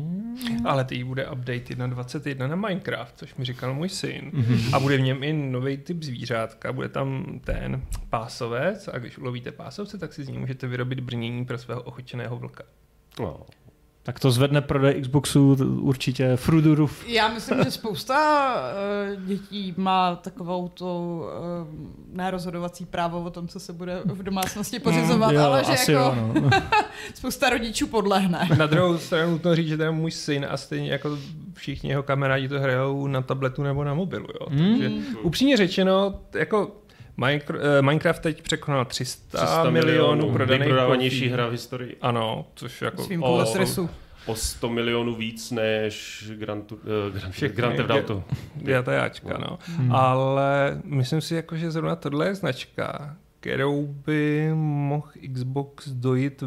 Ale teď bude update dvacet jedna na Minecraft, což mi říkal můj syn. Mm-hmm. A bude v něm i nový typ zvířátka. Bude tam ten pásovec a když ulovíte pásovce, tak si z ní můžete vyrobit brnění pro svého ochočeného vlka. No. Tak to zvedne prodej Xboxu určitě fruduru. Já myslím, že spousta uh, dětí má takovou to uh, nerozhodovací právo o tom, co se bude v domácnosti pořizovat, mm, jo, ale že jako jo, no. spousta rodičů podlehne. Na druhou stranu nutno říct, že ten můj syn a stejně jako všichni jeho kamarádi to hrajou na tabletu nebo na mobilu. Jo. Mm. Takže upřímně řečeno, jako Minecraft teď překonal tři sta milionů prodaných nejprodávanější hra v historii. Ano, což jako svým o, stresu. O sto milionů víc než Grand, uh, Grand, Grand Theft Auto. GTAčka, no. Hmm. Ale myslím si, jako, že zrovna tohle je značka, kterou by mohl Xbox dojít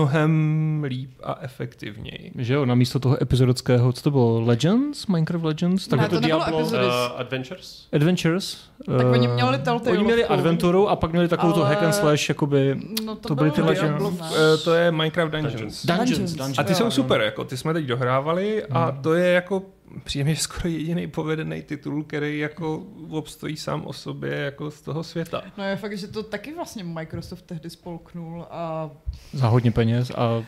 mnohem líp a efektivněji. Že jo, namísto toho epizodického, co to bylo? Legends? Minecraft Legends? Tak ne, to, to Diablo. Uh, Adventures? Adventures. Tak uh, oni měli Telltale. Oni měli Adventuru a pak měli takovou ale... hack and slash, jakoby... No to, to byly ty Legends. Uh, to je Minecraft Dungeons. Dungeons. Dungeons. Dungeons. A ty jsou super, jako ty jsme teď dohrávali a hmm. to je jako příjemně skoro jediný povedený titul, který jako obstojí sám o sobě jako z toho světa. No je fakt, že to taky vlastně Microsoft tehdy spolknul a... Za hodně peněz a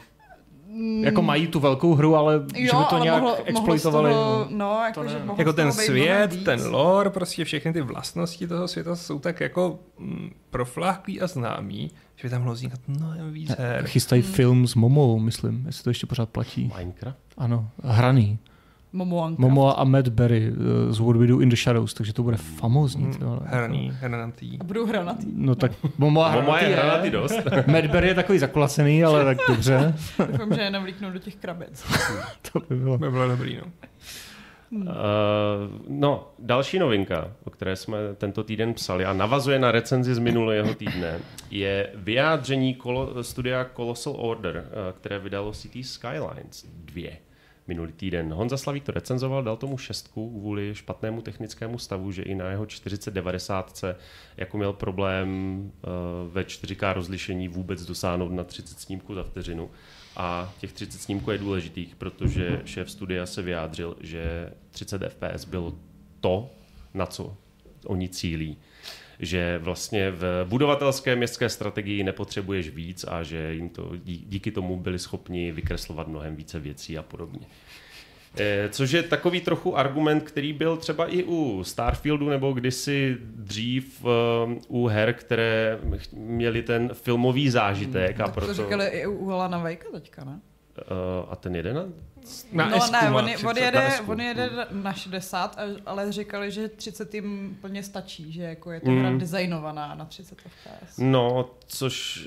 jako mají tu velkou hru, ale jo, že by to ale nějak mohlo, exploitovali. Mohlo toho, no, jako, že jako ten svět, ten lore, prostě všechny ty vlastnosti toho světa jsou tak jako mm, profláklý a známý, že by tam mohlo vznikat mnohem víc her. Chystají hmm. film s Momou, myslím, jestli to ještě pořád platí. Minecraft? Ano, hraný. Momoa a Matt Berry z What We Do in the Shadows, takže to bude famózní. Mm, hraný, hranatý. A budou hranatý. No tak Momoa, Momoa je hranatý dost. Matt Berry je takový zakulacený, ale tak dobře. Doufám, že je navlíknou do těch krabic. To by bylo. By bylo dobrý, no. Uh, no, další novinka, o které jsme tento týden psali a navazuje na recenzi z minulého týdne, je vyjádření kolo, studia Colossal Order, které vydalo Cities Skylines dva. Minulý týden. Honza Slavík to recenzoval, dal tomu šestku kvůli špatnému technickému stavu, že i na jeho čtyřicet devadesát jako měl problém uh, ve čtyři ká rozlišení vůbec dosáhnout na třicet snímků za vteřinu. A těch třicet snímků je důležitých, protože šéf studia se vyjádřil, že třicet F P S bylo to, na co oni cílí. Že vlastně v budovatelské městské strategii nepotřebuješ víc a že jim to díky tomu byli schopni vykreslovat mnohem více věcí a podobně. Což je takový trochu argument, který byl třeba i u Starfieldu nebo kdysi dřív u her, které měly ten filmový zážitek. Hmm, a proto... To říkali i u Alana Wakea teďka, ne? Uh, a ten jeden? Na no ne, on, on, jede, on jede na šedesát, ale říkali, že třicet jim plně stačí, že jako je ta hra mm. designovaná na třicet F P S. No, což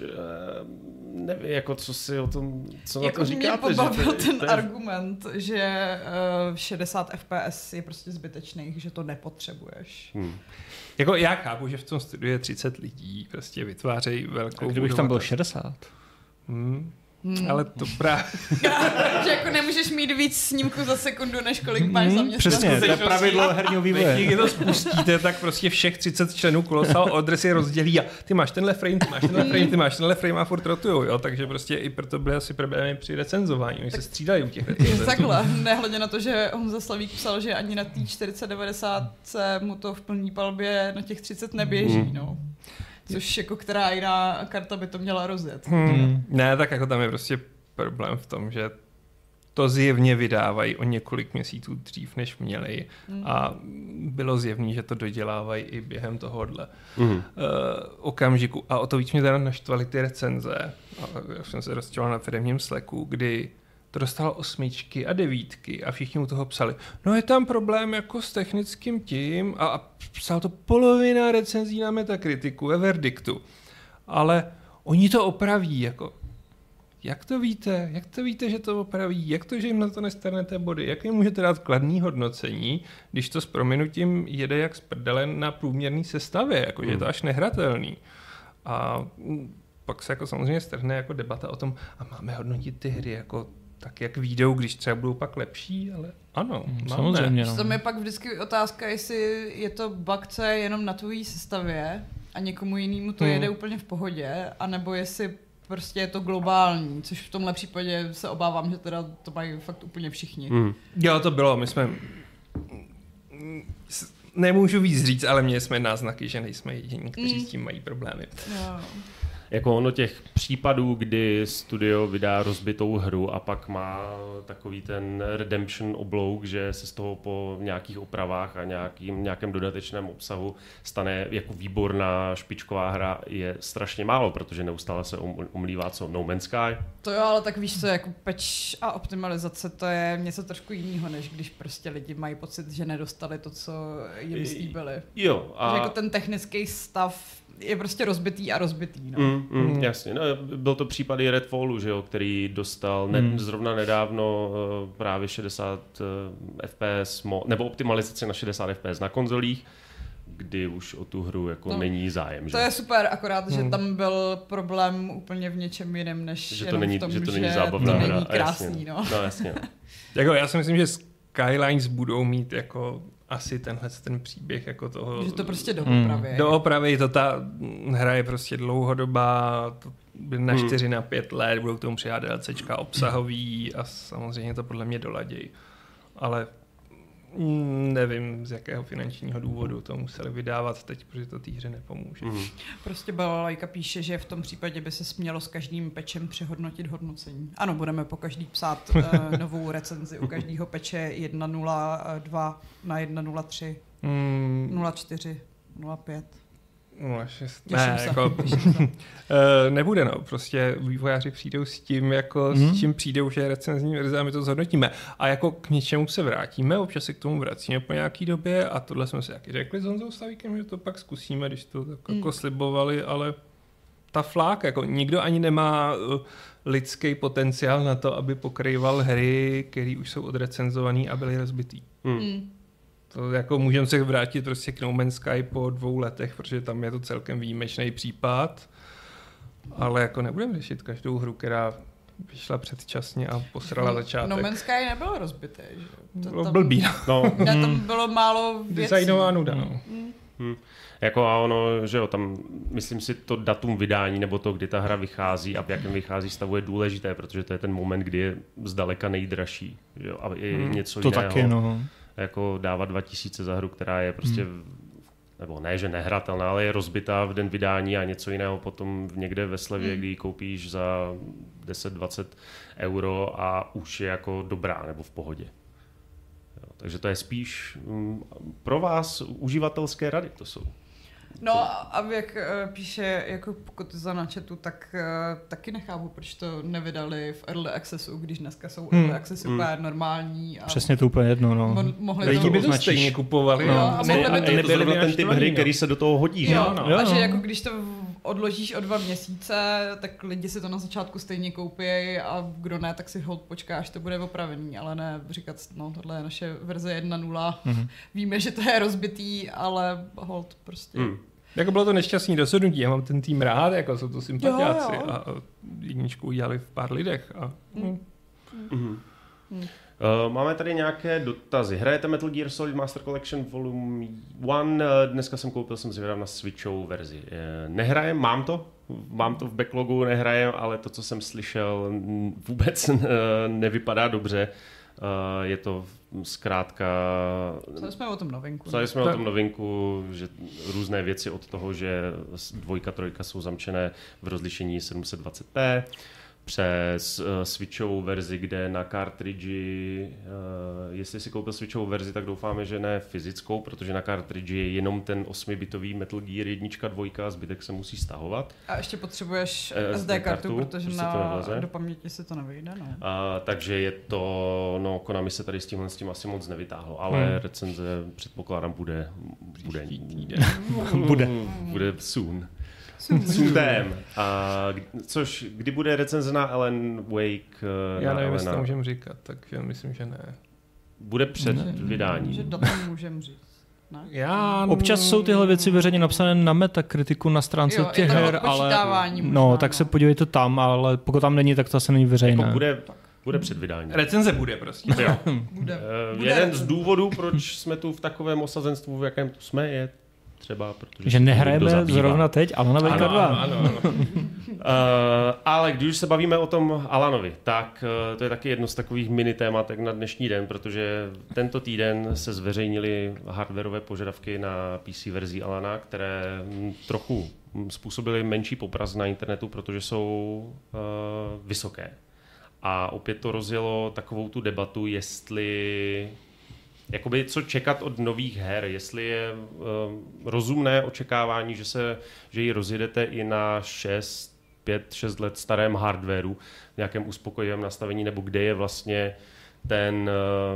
nevím, jako co si o tom, co jako na to říkáte. Mě pobavil že ten to je... argument, že uh, šedesát F P S je prostě zbytečných, že to nepotřebuješ. Hmm. Jako já chápu, že v tom studiu je třicet lidí, prostě vytvářejí velkou... A kdybych tam byl šedesát? Hmm. Hmm. Ale to právě... že jako nemůžeš mít víc snímků za sekundu, než kolik máš hmm, zaměstnanců. Přesně, to je pravidlo herního vývoje. Když to spustíte, tak prostě všech třicet členů Colossal Order si rozdělí a ty máš tenhle frame, ty máš tenhle frame, ty máš tenhle frame a furt rotujou, jo? Takže prostě i proto byly asi problémy při recenzování. Oni tak se střídají u těch recenzentů. Takhle, nehledě na to, že Honza Slavík psal, že ani na té čtyřicet devadesát mu to v plný palbě na těch třicet neběží, hmm. no. Což jako která jiná karta by to měla rozjet. Hmm. Ne, tak jako tam je prostě problém v tom, že to zjevně vydávají o několik měsíců dřív, než měli. Hmm. A bylo zjevný, že to dodělávají i během tohohle hmm. uh, okamžiku. A o to víc mě teda naštvaly ty recenze. A já jsem se rozčíval na firemním Slacku, kdy to dostalo osmičky a devítky a všichni u toho psali, no je tam problém jako s technickým tím a, a psal to polovina recenzí na Metakritiku ve verdiktu. Ale oni to opraví, jako jak to víte? Jak to víte, že to opraví? Jak to, že jim na to nestrnete body? Jak jim můžete dát kladný hodnocení, když to s prominutím jede jak z prdele na průměrný sestavě, jako že je to až nehratelný. A pak se jako samozřejmě strhne jako debata o tom, a máme hodnotit ty hry jako tak, jak výjdou, když třeba budou pak lepší, ale ano, hmm, samozřejmě. No. To je pak vždycky otázka, jestli je to bug, co je jenom na tvojí sestavě a někomu jinému to hmm. jede úplně v pohodě, anebo jestli prostě je to globální, což v tomhle případě se obávám, že teda to mají fakt úplně všichni. Hmm. Jo, to bylo, my jsme... Nemůžu víc říct, ale měli jsme náznaky, že nejsme jediní, kteří hmm. s tím mají problémy. Jo. Jako ono těch případů, kdy studio vydá rozbitou hru a pak má takový ten redemption oblouk, že se z toho po nějakých opravách a nějakým, nějakém dodatečném obsahu stane jako výborná špičková hra, je strašně málo, protože neustále se omlívá co No Man's Sky. To jo, ale tak víš co, jako patch a optimalizace, to je něco trošku jiného, než když prostě lidi mají pocit, že nedostali to, co jim slíbili. Jo. A... Že jako ten technický stav je prostě rozbitý a rozbitý. No. Mm, mm, mm. Jasně, no, byl to případ i Redfallu, že jo, který dostal ne, mm. zrovna nedávno uh, právě šedesát uh, F P S, mo- nebo optimalizaci na šedesát F P S na konzolích, kdy už o tu hru jako no, není zájem. To že? Je super, akorát, že mm. tam byl problém úplně v něčem jiném, než že to jenom není, v tom, že to není že zábavná to hra. není krásný. Jasně. No. No, jasně. Jako, já si myslím, že Skylines budou mít jako asi tenhle ten příběh jako toho... Že to prostě doopraví. Hmm. Doopraví, to ta hra je prostě dlouhodobá, to na hmm. čtyři na pět let, budou k tomu přidat DLCčka obsahový a samozřejmě to podle mě doladějí. Ale nevím, z jakého finančního důvodu to museli vydávat teď, protože to té hře nepomůže. Hmm. Prostě Balalajka píše, že v tom případě by se smělo s každým pečem přehodnotit hodnocení. Ano, budeme po každý psát uh, novou recenzi u každého peče jedna nula dva na jedna nula tři, hmm. nula čtyři, nula pět. nula šest. Ne, jako, uh, nebude, no. Prostě vývojáři přijdou s tím, jako mm. s čím přijdou, že je recenzní verze a my to zhodnotíme. A jako k něčemu se vrátíme, občas se k tomu vracíme po nějaký době a tohle jsme si taky řekli s Honzou Slavíkem, že to pak zkusíme, když to tak mm. jako slibovali, ale ta flák, jako nikdo ani nemá uh, lidský potenciál na to, aby pokrýval hry, které už jsou odrecenzované a byly rozbitý. Mm. Mm. To jako můžeme se vrátit prostě k No Man's Sky po dvou letech, protože tam je to celkem výjimečný případ, ale jako nebudeme řešit každou hru, která vyšla předčasně a posrala no, začátek. No Man's Sky nebylo rozbité, že? To bylo tam, blbý. No. Tam bylo málo věcí. Designová nuda, no. Mm. Hmm. Jako a ono, že jo, tam myslím si to datum vydání nebo to, kdy ta hra vychází a v jakém vychází stavu je důležité, protože to je ten moment, kdy je zdaleka nejdražší, že jo, a je hmm. něco to jiného. Taky, no. Jako dávat dva tisíce za hru, která je prostě, hmm. nebo ne, že nehratelná, ale je rozbitá v den vydání a něco jiného potom někde ve slevě, hmm. kdy ji koupíš za deset dvacet euro a už je jako dobrá nebo v pohodě. Jo, takže to je spíš um, pro vás uživatelské rady to jsou. No a jak uh, píše jako pokud za na chatu, tak uh, taky nechápu, proč to nevydali v Early Accessu, když dneska jsou Early hmm. Accessy úplně hmm. normální. A přesně to úplně jedno, no. Mo- mohli Lidi by to stejně kupovali. No, no. A, ne, a to nebyly by ten typ hry, který se do toho hodí. Jo, no. Jo, a že jako když to odložíš o dva měsíce, tak lidi si to na začátku stejně koupí a kdo ne, tak si hold počká, až to bude opravený, ale ne říkat, no tohle je naše verze jedna nula, mm-hmm. víme, že to je rozbitý, ale hold prostě. Mm. Jako bylo to nešťastný rozhodnutí, já mám ten tým rád, jako jsou to sympatiáci jo, jo. a jedničku udělali v pár lidech. A... Mm. Mm. Mm. Uh, máme tady nějaké dotazy. Hrajete Metal Gear Solid Master Collection Volume jedna? Dneska jsem koupil, jsem zvědav na Switchovou verzi. Uh, nehrajem, mám to, mám to v backlogu, nehrajem, ale to, co jsem slyšel, vůbec uh, nevypadá dobře. Uh, je to zkrátka... Psali jsme o tom novinku. Psali jsme o tom novinku, že různé věci od toho, že dvojka, trojka jsou zamčené v rozlišení sedm set dvacet p, přes uh, Switchovou verzi, kde na cartridži, uh, jestli si koupil Switchovou verzi, tak doufáme, že ne fyzickou, protože na cartridži je jenom ten osmibitový Metal Gear jednička, dvojka a zbytek se musí stahovat. A ještě potřebuješ uh, S D kartu, protože prostě na, do paměti se to nevyjde. No. Uh, takže je to, no Konami se tady s tímhle s tím asi moc nevytáhlo, ale hmm. recenze předpokládám bude, bude, bude, bude soon. Sudem. A což, kdy bude recenze na Alan Wake? Já nevím, jestli to můžeme říkat, tak já myslím, že ne. Bude před ne, vydáním. Že datum můžeme říct. Ne? Já... Občas jsou tyhle věci veřejně napsané na Metakritiku na stránce jo, těch her, ale no, možná, tak se podívejte tam, ale pokud tam není, tak to asi není veřejné. Jako bude, bude před vydáním. Recenze bude prostě. Jo. bude. Uh, bude. Jeden z důvodů, proč jsme tu v takovém osazenstvu, v jakém tu jsme, je třeba, protože že nehrajeme zrovna teď Alana Wakea dva. Ano, ano, ano. uh, ale když už se bavíme o tom Alanovi, tak uh, to je taky jedno z takových mini tématek na dnešní den, protože tento týden se zveřejnily hardwareové požadavky na P C verzi Alana, které m, trochu způsobily menší popras na internetu, protože jsou uh, vysoké. A opět to rozjelo takovou tu debatu, jestli... Jakoby co čekat od nových her, jestli je uh, rozumné očekávání, že se, že ji rozjedete i na šest, pět, šest let starém hardwareu, v nějakém uspokojivém nastavení, nebo kde je vlastně ten...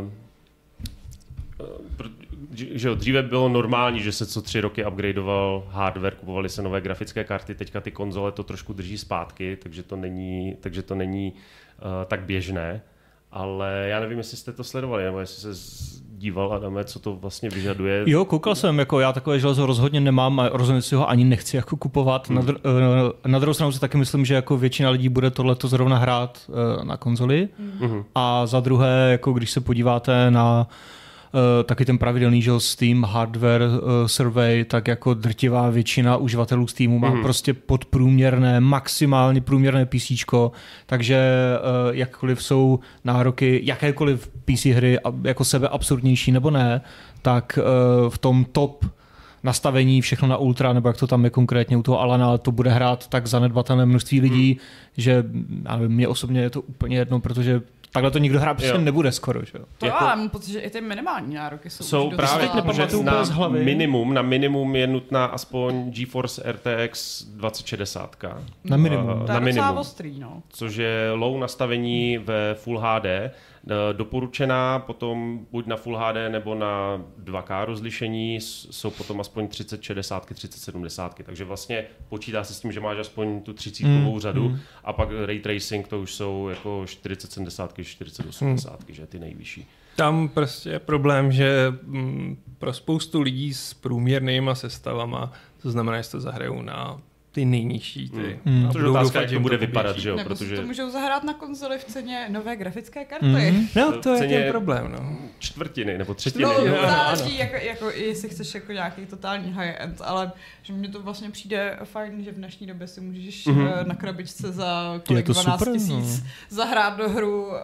Uh, uh, že jo, dříve bylo normální, že se co tři roky upgradeoval hardware, kupovaly se nové grafické karty, teďka ty konzole to trošku drží zpátky, takže to není, takže to není uh, tak běžné. Ale já nevím, jestli jste to sledovali, nebo jestli se díval, Adame, co to vlastně vyžaduje. Jo, koukal jsem, jako já takové železo rozhodně nemám a rozhodně si ho ani nechci jako kupovat. Hmm. Na, dr- na druhou stranu si taky myslím, že jako většina lidí bude tohleto zrovna hrát uh, na konzoli. Hmm. A za druhé, jako když se podíváte na Uh, taky ten pravidelný, že Steam Hardware uh, Survey, tak jako drtivá většina uživatelů Steamu má mm. prostě podprůměrné, maximálně průměrné PCčko, takže uh, jakkoliv jsou nároky, jakékoliv P C hry jako sebe absurdnější nebo ne, tak uh, v tom top nastavení, všechno na ultra, nebo jak to tam je konkrétně u toho Alana, to bude hrát tak zanedbatelné množství lidí, mm. že já nevím, mě osobně je to úplně jedno, protože takhle to nikdo hrát prostě nebude skoro, že jo? To jako, já mám pocit, že i ty minimální nároky jsou. Jsou právě, protože na minimum, na minimum je nutná aspoň GeForce R T X dvacet šedesát. Na minimum. Uh, to je docela ostrý, no. Což je low nastavení ve Full H D, doporučená potom buď na Full H D nebo na dva K rozlišení, jsou potom aspoň třicet šedesát, třicet sedmdesát, takže vlastně počítá se s tím, že máš aspoň tu třicítkovou mm, řadu mm. a pak ray tracing to už jsou jako čtyřicet sedmdesát, čtyřicet osmdesát, mm. že ty nejvyšší. Tam prostě je problém, že m, pro spoustu lidí s průměrnýma sestavama, to znamená, že to zahrajou na ty nejnižší ty. Mm. Protože otázka, jak to bude vypadat, že jo? Nebo protože... to můžou zahrát na konzoli v ceně nové grafické karty. Mm. No, to je ten problém, no. Čtvrtiny nebo třetiny. No, no záleží, jako, jako, jestli chceš jako nějaký totální high-end, ale že mně to vlastně přijde fajn, že v dnešní době si můžeš mm-hmm. na krabičce za kolik dvanáct tisíc no. zahrát do hru, uh,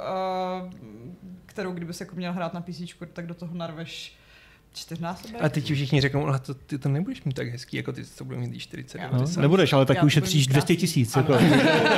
kterou kdyby se jako měl hrát na PCčku, tak do toho narveš čtyřnásobek. A teď všichni řeknou, ale to, ty to nebudeš mít tak hezký, jako ty to bude mít čtyřicet. No, nebudeš, ale tak ušetříš dvě stě tisíc. Jako. uh,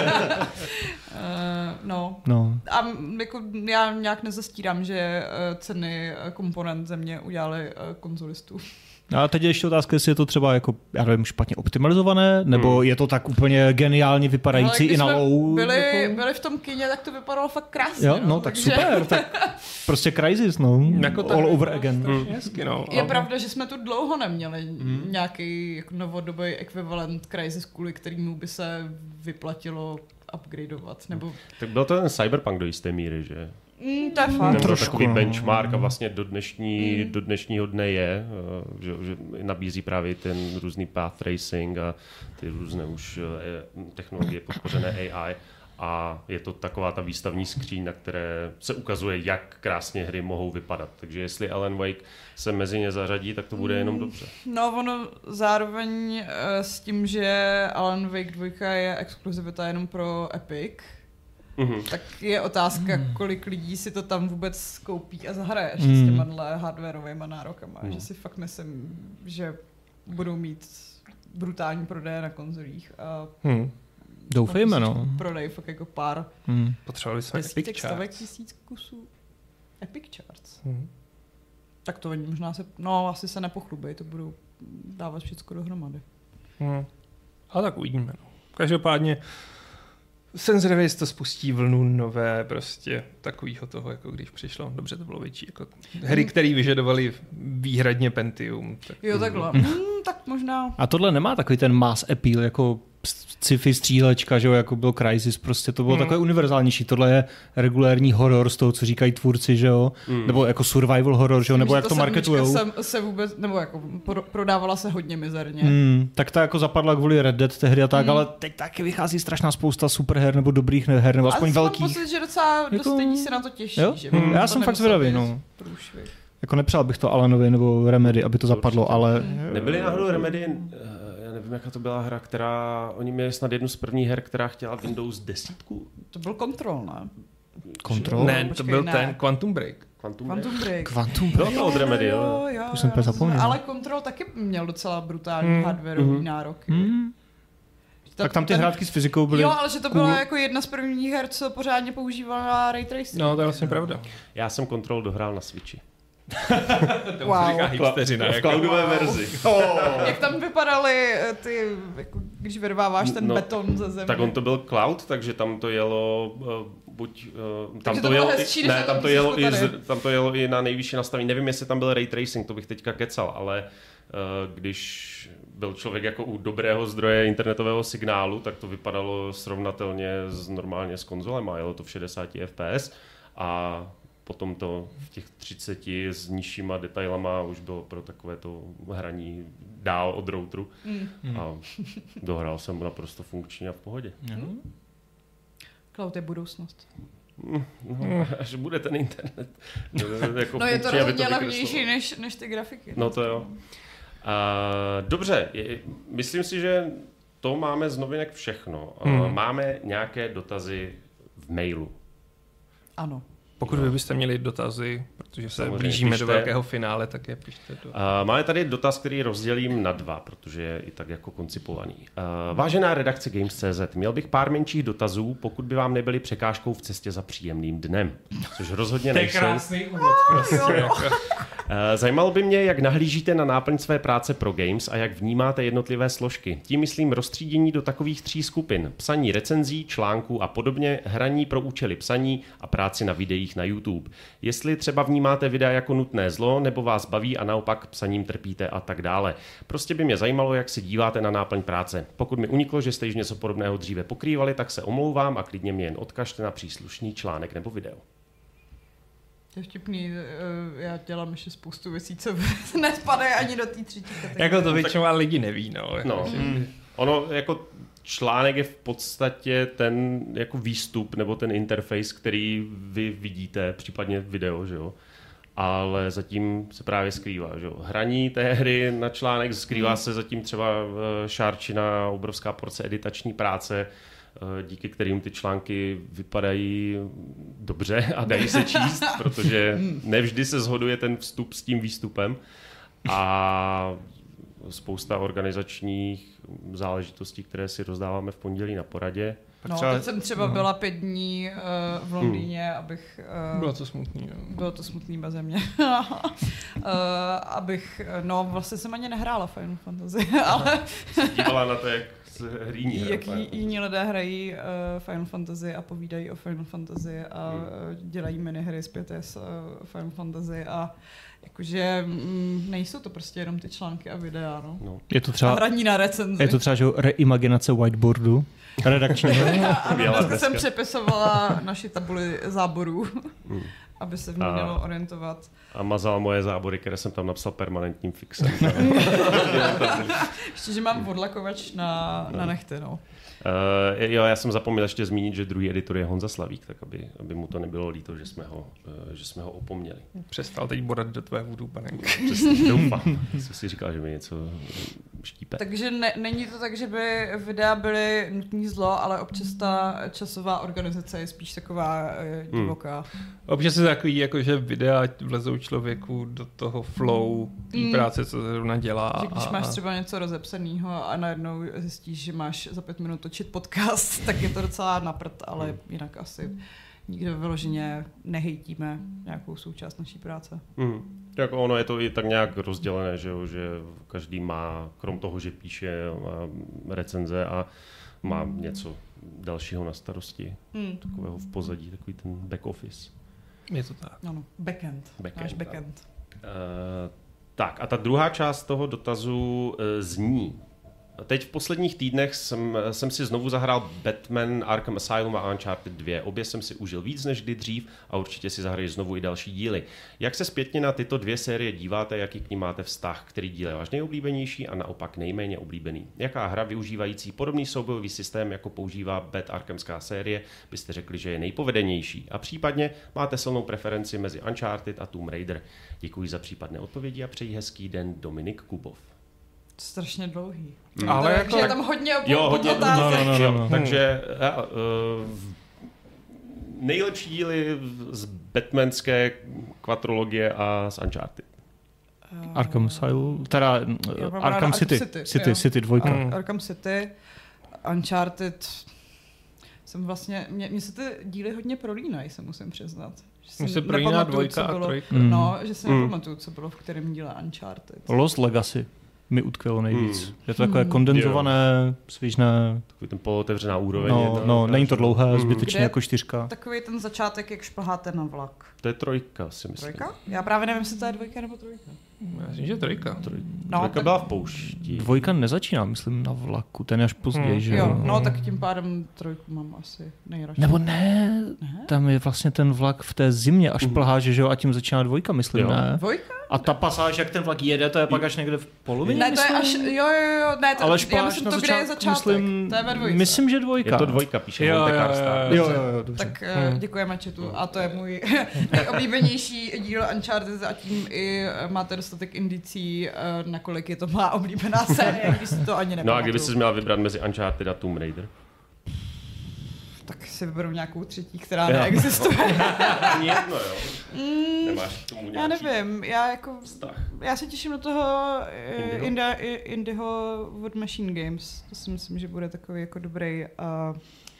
no. no. A jako já nějak nezastírám, že ceny komponent země udělaly konzolistů. A teď je ještě otázka, jestli je to třeba jako, já nevím, špatně optimalizované, nebo hmm. je to tak úplně geniálně vypadající i na low. Byli, jako... byli v tom kině, tak to vypadalo fakt krásně. Jo, no, no tak takže... super, tak prostě Crysis, no, jako all over again. Hmm. Hezky, no. Je pravda, že jsme tu dlouho neměli hmm. nějaký jako novodobý ekvivalent Crysis, kvůli kterému by se vyplatilo upgradeovat, nebo... Tak byl to ten Cyberpunk do jisté míry, že? Mm, to je fakt. Ten trošku takový benchmark a vlastně do, dnešní, mm. do dnešního dne je, že, že nabízí právě ten různý path racing a ty různé už technologie podpořené A I. A je to taková ta výstavní skříň, na které se ukazuje, jak krásně hry mohou vypadat. Takže jestli Alan Wake se mezi ně zařadí, tak to bude jenom dobře. No ono zároveň uh, s tím, že Alan Wake dva je exkluzivita jenom pro Epic, mm-hmm. tak je otázka, mm. kolik lidí si to tam vůbec koupí a zahraje mm. s těma hardwareovými nárokama. Mm. Že si fakt myslím, že budou mít brutální prodeje na konzolích. A mm. Doufejme, no. Prodej fakt jako pár. Hmm. Potřebovali jsme Epic Charts. tisíc kusů. Epic Charts. Hmm. Tak to možná se, no asi se nepochlubej, to budou dávat všechno dohromady. Hmm. A tak uvidíme. No. Každopádně jsem zvědavý, jestli to spustí vlnu nové prostě takového toho, jako když přišlo. Dobře, to bylo větší. Jako hry, které vyžadovaly výhradně Pentium. Tak... Jo, takhle. Hmm, tak možná. A tohle nemá takový ten mass appeal, jako sci-fi střílečka, že jo, jako byl Crysis, prostě to bylo mm. takové univerzálnější. Tohle je regulérní horor z toho, co říkají tvůrci, že jo, mm. nebo jako survival horor, že jo, nebo jak to, to marketujou. Se, se vůbec, nebo jako prodávala se hodně mizerně. Mm, tak ta jako zapadla kvůli Red Dead tehdy a tak, mm. ale teď taky vychází strašná spousta superher nebo dobrých her, nebo aspoň velkých. Ale mám pocit, že docela jako... dost lidí se na to těší. Jo? Že mm. Já jsem fakt zvědavý, no. Jako nepřál bych to Alanovi nebo Remedy, aby to zapadlo, ale... Nebyly náhodou Remedy, já nevím, jaká to byla hra, která, oni měli snad jednu z prvních her, která chtěla Windows deset. To byl Control, ne? Control? Ne, to Počkej, byl ne. ten Quantum Break. Quantum, Quantum Break. Quantum Break. Bylo to od Remedy, jo. jo, už jsem zapomněl. Ale Control taky měl docela brutální mm. hardwareový mm. nároky. Mm. Tak tam ty ten... hrátky s fyzikou byly... Jo, ale že to byla jako jedna z prvních her, co pořádně používala Ray Tracing. No, to je vlastně pravda. Já jsem Control dohrál na Switchi. To wow. říká hipsteřina. V cloudové wow. verzi. Oh. Jak tam vypadaly ty, jako, když vyrváváš ten no, beton ze země. Tak on to byl cloud, takže tam to jelo uh, buď... Uh, tam to, to jelo, hezčí, i, ne, tam to jelo, i z, tam to jelo i na nejvyšší nastavení. Nevím, jestli tam byl ray tracing, to bych teďka kecal, ale uh, když byl člověk jako u dobrého zdroje internetového signálu, tak to vypadalo srovnatelně s, normálně s konzolem a jelo to v šedesát F P S a potom to v těch třiceti s nižšíma detailama už bylo pro takové to hraní dál od routeru. Mm. A dohrál jsem naprosto funkčně a v pohodě. Mm. Cloud je budoucnost. No, až bude ten internet. Jako no je to rozhodně levnější než, než ty grafiky. No to jo. Uh, dobře, je, myslím si, že to máme z novinek všechno. Uh, mm. Máme nějaké dotazy v mailu. Ano. Pokud vy byste měli dotazy, protože se samozřejmě blížíme pište. do velkého finále, tak je pište. Do... Uh, máme tady dotaz, který rozdělím na dva, protože je i tak jako koncipovaný. Uh, vážená redakce Games tečka cé zet, měl bych pár menších dotazů, pokud by vám nebyly překážkou v cestě za příjemným dnem. Což rozhodně nejsou. To je krásný úvod, prostě. Zajímalo by mě, jak nahlížíte na náplň své práce pro Games a jak vnímáte jednotlivé složky. Tím myslím roztřídění do takových tří skupin. Psaní recenzí, článků a podobně, hraní pro účely psaní a práci na videích na YouTube. Jestli třeba vnímáte videa jako nutné zlo, nebo vás baví a naopak psaním trpíte a tak dále. Prostě by mě zajímalo, jak se díváte na náplň práce. Pokud mi uniklo, že jste již něco podobného dříve pokrývali, tak se omlouvám a klidně mě jen odkažte na příslušný článek nebo video. To je vtipný, já dělám ještě spoustu věcí, co nespadají ani do té třetí kategorie. Jako to většinou tak... lidi neví, no. no. Mm. Ono jako článek je v podstatě ten jako výstup nebo ten interface, který vy vidíte, případně video, že jo. Ale zatím se právě skrývá, že jo. Hraní té hry na článek, skrývá mm. se zatím třeba šárčina, obrovská porce editační práce, díky kterým ty články vypadají dobře a dají se číst, protože nevždy se shoduje ten vstup s tím výstupem a spousta organizačních záležitostí, které si rozdáváme v pondělí na poradě. No, třeba... teď jsem třeba byla pět dní uh, v Londýně, hmm. abych... Uh, bylo to smutný. Jo. Bylo to smutný beze mě. uh, abych, no vlastně jsem ani nehrála Final Fantasy, ale... Dívala na to, jak hříní. Jak jiní lidé hrají uh, Final Fantasy a povídají o Final Fantasy a hmm. dělají minihry zpěté s uh, Final Fantasy a jakože mm, nejsou to prostě jenom ty články a videa, no. no. Je to třeba, a hraní na recenzi. Je to třeba, že reimaginace whiteboardu redakčního. Dneska jsem přepisovala naši tabuli záborů, hmm. aby se v ní mělo orientovat. A mazal moje zábory, které jsem tam napsal permanentním fixem. Ještě, že mám odlakovač na, na nechty, no. Uh, jo, já jsem zapomněl ještě zmínit, že druhý editor je Honza Slavík, tak aby, aby mu to nebylo líto, že jsme ho, uh, že jsme ho opomněli. Přestal teď bodat do tvé vůdu, panenko. Přesně, doufám. Jsem si říkal, že mi něco štípe. Takže ne, není to tak, že by videa byly nutný zlo, ale občas ta časová organizace je spíš taková uh, divoká. Hmm. Občas je takový, jako že videa vlezou člověku do toho flow té hmm. práce, co zrovna dělá. Že když a, máš třeba něco rozepsaného a najednou zjistíš, že máš za pět minut točit podcast, tak je to docela na prd, ale hmm. jinak asi nikdo vyloženě nehejtíme nějakou součást naší práce. Hmm. Tak ono je to i tak nějak rozdělené, že, jo, že každý má, krom toho, že píše recenze a má hmm. něco dalšího na starosti, hmm. takového v pozadí, takový ten back office. Je to tak. Ano, backend, backend náš backend. Uh, tak a ta druhá část toho dotazu uh, zní. Teď v posledních týdnech jsem, jsem si znovu zahrál Batman Arkham Asylum a Uncharted dva. Obě jsem si užil víc než kdy dřív a určitě si zahraji znovu i další díly. Jak se zpětně na tyto dvě série díváte, jaký k nim máte vztah, který díl je váš nejoblíbenější a naopak nejméně oblíbený? Jaká hra využívající podobný soubojový systém, jako používá Bat Arkhamská série, byste řekli, že je nejpovedenější? A případně máte silnou preferenci mezi Uncharted a Tomb Raider? Děkuji za případné odpovědi a přeji hezký den, Dominik Kubov. Strašně dlouhý. Hmm. Ale jako, je tam hodně jo, hodně otázek. No, no, no, no. Takže uh, nejlepší díly z Batmanské kvatrologie a z Uncharted. Uh, Arkham Asylum, teda Arkham, Arkham City, City, City, City dvojka. Uh, Arkham City, Uncharted, jsem vlastně, mě, mě se ty díly hodně prolínají, se musím přiznat. Mně se prolíná dvojka a trojka. Mm. No, že si mm. nepamatuju, co bylo v kterém díle Uncharted. Lost Legacy mi utkvělo nejvíc. Hmm. Je to takové hmm. kondenzované, svižné. Takový ten polootevřená úroveň. No, no, no není to dlouhé, hmm. zbytečně jako čtyřka. Takový ten začátek, jak šplháte na vlak. To je trojka, si myslím. Trojka? Já právě nevím, jestli to je dvojka nebo trojka. Já myslím, že trojka. Troj... No, trojka tak... byla v poušti. Dvojka nezačíná, myslím, na vlaku, ten je až později, hmm. že jo? No, tak tím pádem trojku mám asi nejradši. Nebo ne, ne, tam je vlastně ten vlak v té zimě až plhá, že jo, a tím začíná dvojka, myslím, jo. ne? Dvojka? A ta pasáž, jak ten vlak jede, to je pak až někde v polovině, ne, to je až, jo, jo, jo, ne, to, ale já myslím to, kde je začátek, myslím, to je ve dvojce. Myslím, že dvojka. Je to dvojka, píše jo, jo, jo, jo, jo, jo, dobře. Tak hmm. děkujeme chatu a to je můj nejoblíbenější díl Uncharted a tím i máte dostatek indicí, nakolik je to má oblíbená série, když si to ani nepamatuju. No a kdyby jsi měla vybrat mezi Uncharted a Tomb Raider? Tak si vyberu nějakou třetí, která neexistuje. Ani jedno, jo? Mm, Nemáš k tomu nějaký já nevím, já jako... vztah. Já se těším do toho Indiho, Indiho od Machine Games. To si myslím, že bude takový jako dobrý uh,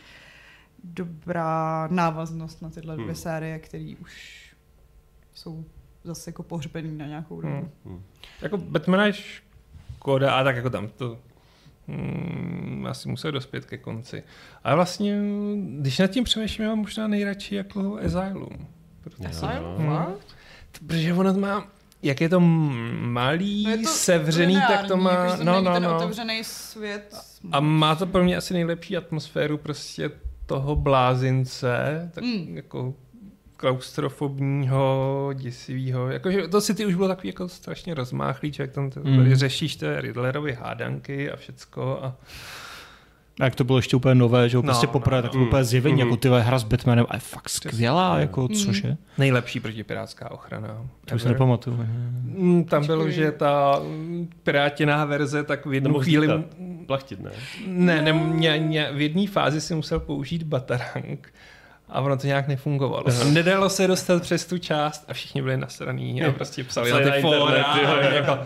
dobrá návaznost na tyhle dvě hmm. série, které už jsou zase jako pohřbený na nějakou dobu. Hmm. Hmm. Jako Batman je škoda, a tak jako tam to hmm, asi musel dospět ke konci. Ale vlastně, když nad tím přemýšlím, mám možná nejradši jako Asylum. Asylum? Hmm. Protože ono má, jak je to malý, no je to sevřený, tak to má... Jako, no, no, ten no. otevřený svět. A má to pro mě asi nejlepší atmosféru prostě toho blázince, tak mm. jako klaustrofobního, děsivého. Jakože to City už bylo takový jako strašně rozmáchlý, člověk tam to, mm. řešíš té Riddlerovy hádanky a všecko a A jak to bylo ještě úplně nové, že jo, prostě no, poprvé no, tak to mm, úplně zjevení, mm. jako ty hra s Batmanem a je fakt skvělá, mm. jako cože? Nejlepší protipirátská ochrana. To už se nepamatuju. Mm, tam bylo, že ta pirátěná verze, tak v jednu chvíli... Plachtit, ne? Ne, ne mě, mě, v jedné fázi si musel použít batarang a ono to nějak nefungovalo. Uh-huh. Nedalo se dostat přes tu část a všichni byli nasraný a prostě psali na ty fóra. Jako...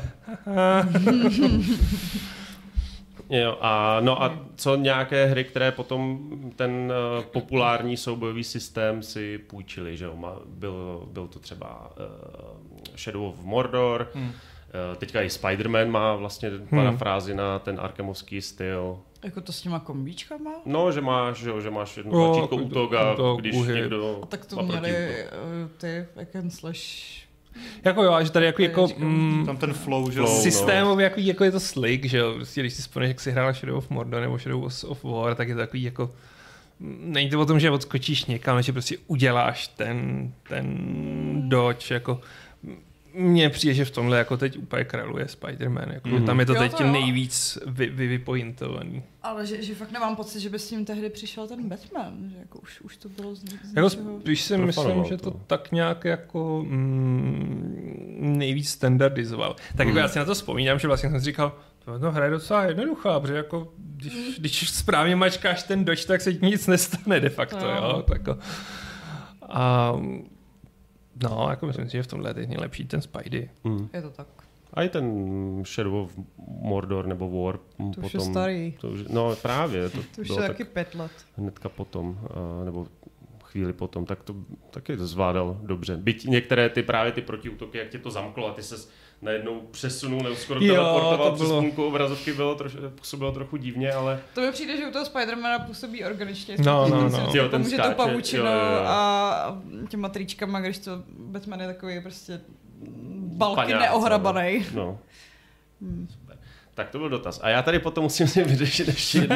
Jo, a, no a co nějaké hry, které potom ten uh, populární soubojový systém si půjčili, že jo? Byl, byl to třeba uh, Shadow of Mordor, hmm. uh, teďka i Spider-Man má vlastně parafrázi hmm. na ten arkhamovský styl. Jako to s těma kombíčkama? No, že máš, že, že máš jedno no, tlačítko útok a útok, když uhy. Někdo... A tak to měli ty hack and slash... Jako jo, že tady jako, jako mm, tam ten flow, že flow, systémově no. jako, jako je to slick, že jo, prostě když si vzpomněš, jak si hrál Shadow of Mordor nebo Shadow of War, tak je to takový jako není to o tom, že odskočíš někam, že prostě uděláš ten, ten dodge, jako mně přijde, že v tomhle jako teď úplně králuje Spider-Man, jako, mm. tam je to jo, teď to nejvíc vy, vy, vypointovaný. Ale že, že fakt nemám pocit, že by s tím tehdy přišel ten Batman, že jako už, už to bylo z, z jako spíš si myslím, že to, to tak nějak jako mm, nejvíc standardizoval. Tak mm. jako já si na to vzpomínám, že vlastně jsem si říkal, no hra je docela jednoduchá, protože jako když, mm. když správně mačkáš ten dodge, tak se nic nestane de facto, no. jo. Tak jako, a no, jako myslím si, že v tomhle je nejlepší ten Spidey. Hmm. Je to tak. A i ten Shadow of Mordor nebo War to potom. Už je starý. To už, no právě. To, to už je taky pět let. Hnedka potom, nebo chvíli potom, tak to taky to zvládal dobře. Byť některé ty právě ty protiútoky, jak tě to zamklo a ty ses najednou přesunul, nebo skoro teleportoval přes půlku obrazovky, bylo troš, působilo trochu divně, ale... To mi přijde, že u toho Spidermana působí organičně. No, no, no. Jo, ten pomůže to pavučinou a těma tričkama, když to Batman je takový prostě balky neohrabanej. No. Hmm. Super. Tak to byl dotaz. A já tady potom musím si vyřešit ještě jednu,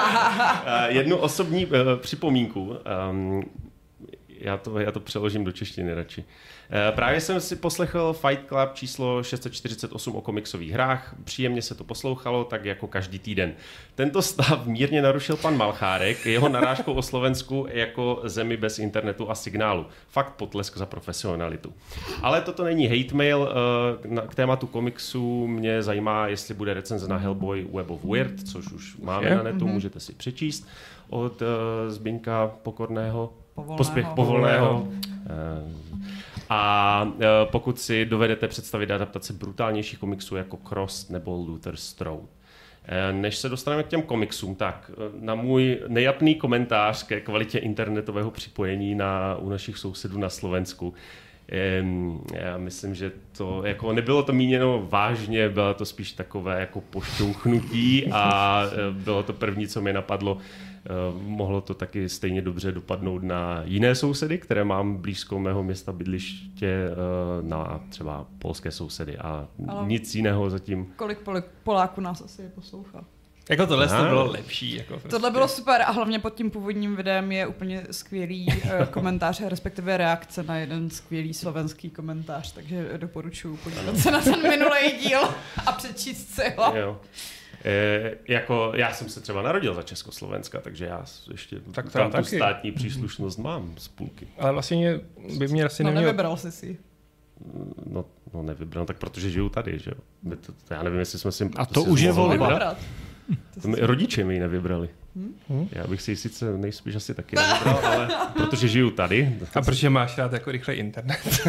jednu osobní uh, připomínku. Um, já, to, já to přeložím do češtiny radši. Uh, právě jsem si poslechl Fight Club číslo šest set čtyřicet osm o komiksových hrách. Příjemně se to poslouchalo, tak jako každý týden. Tento stav mírně narušil pan Malchárek jeho narážkou o Slovensku jako zemi bez internetu a signálu. Fakt potlesk za profesionalitu. Ale toto není hate mail. Uh, k tématu komiksu mě zajímá, jestli bude recenze na Hellboy Web of Weird, což už máme je? na netu, mm-hmm. můžete si přečíst. Od uh, Zbyňka Pokorného. Povolného. Pospěch Povolného. Uh, A uh, pokud si dovedete představit adaptace brutálnějších komiksů jako Crossed nebo Luther Strode. Uh, než se dostaneme k těm komiksům, tak uh, na můj nejapný komentář ke kvalitě internetového připojení na, u našich sousedů na Slovensku. Um, já myslím, že to jako nebylo to míněno vážně, bylo to spíš takové jako pošťouchnutí a uh, bylo to první, co mi napadlo. Uh, mohlo to taky stejně dobře dopadnout na jiné sousedy, které mám blízko mého města bydliště, uh, na třeba polské sousedy a ale nic jiného zatím. Kolik Poláků nás asi poslouchá? Jako tohle to bylo lepší. Jako prostě. Tohle bylo super a hlavně pod tím původním videem je úplně skvělý uh, komentář, respektive reakce na jeden skvělý slovenský komentář, takže doporučuji podívat se na ten minulý díl a přečíst si ho. Jo. E, jako já jsem se třeba narodil za Československa, takže já ještě tak tam tu státní příslušnost mám z půlky. Ale vlastně by mě asi no, neměl... nevybral jsi si. No, no nevybral, tak protože žiju tady, že jo. To, to, já nevím, jestli jsme si... A to, to už je volba. Rodiče mi ji nevybrali. Hmm? Já bych si sice nejspíš asi taky nevybral, ale protože žiju tady. A protože máš rád jako rychlej internet.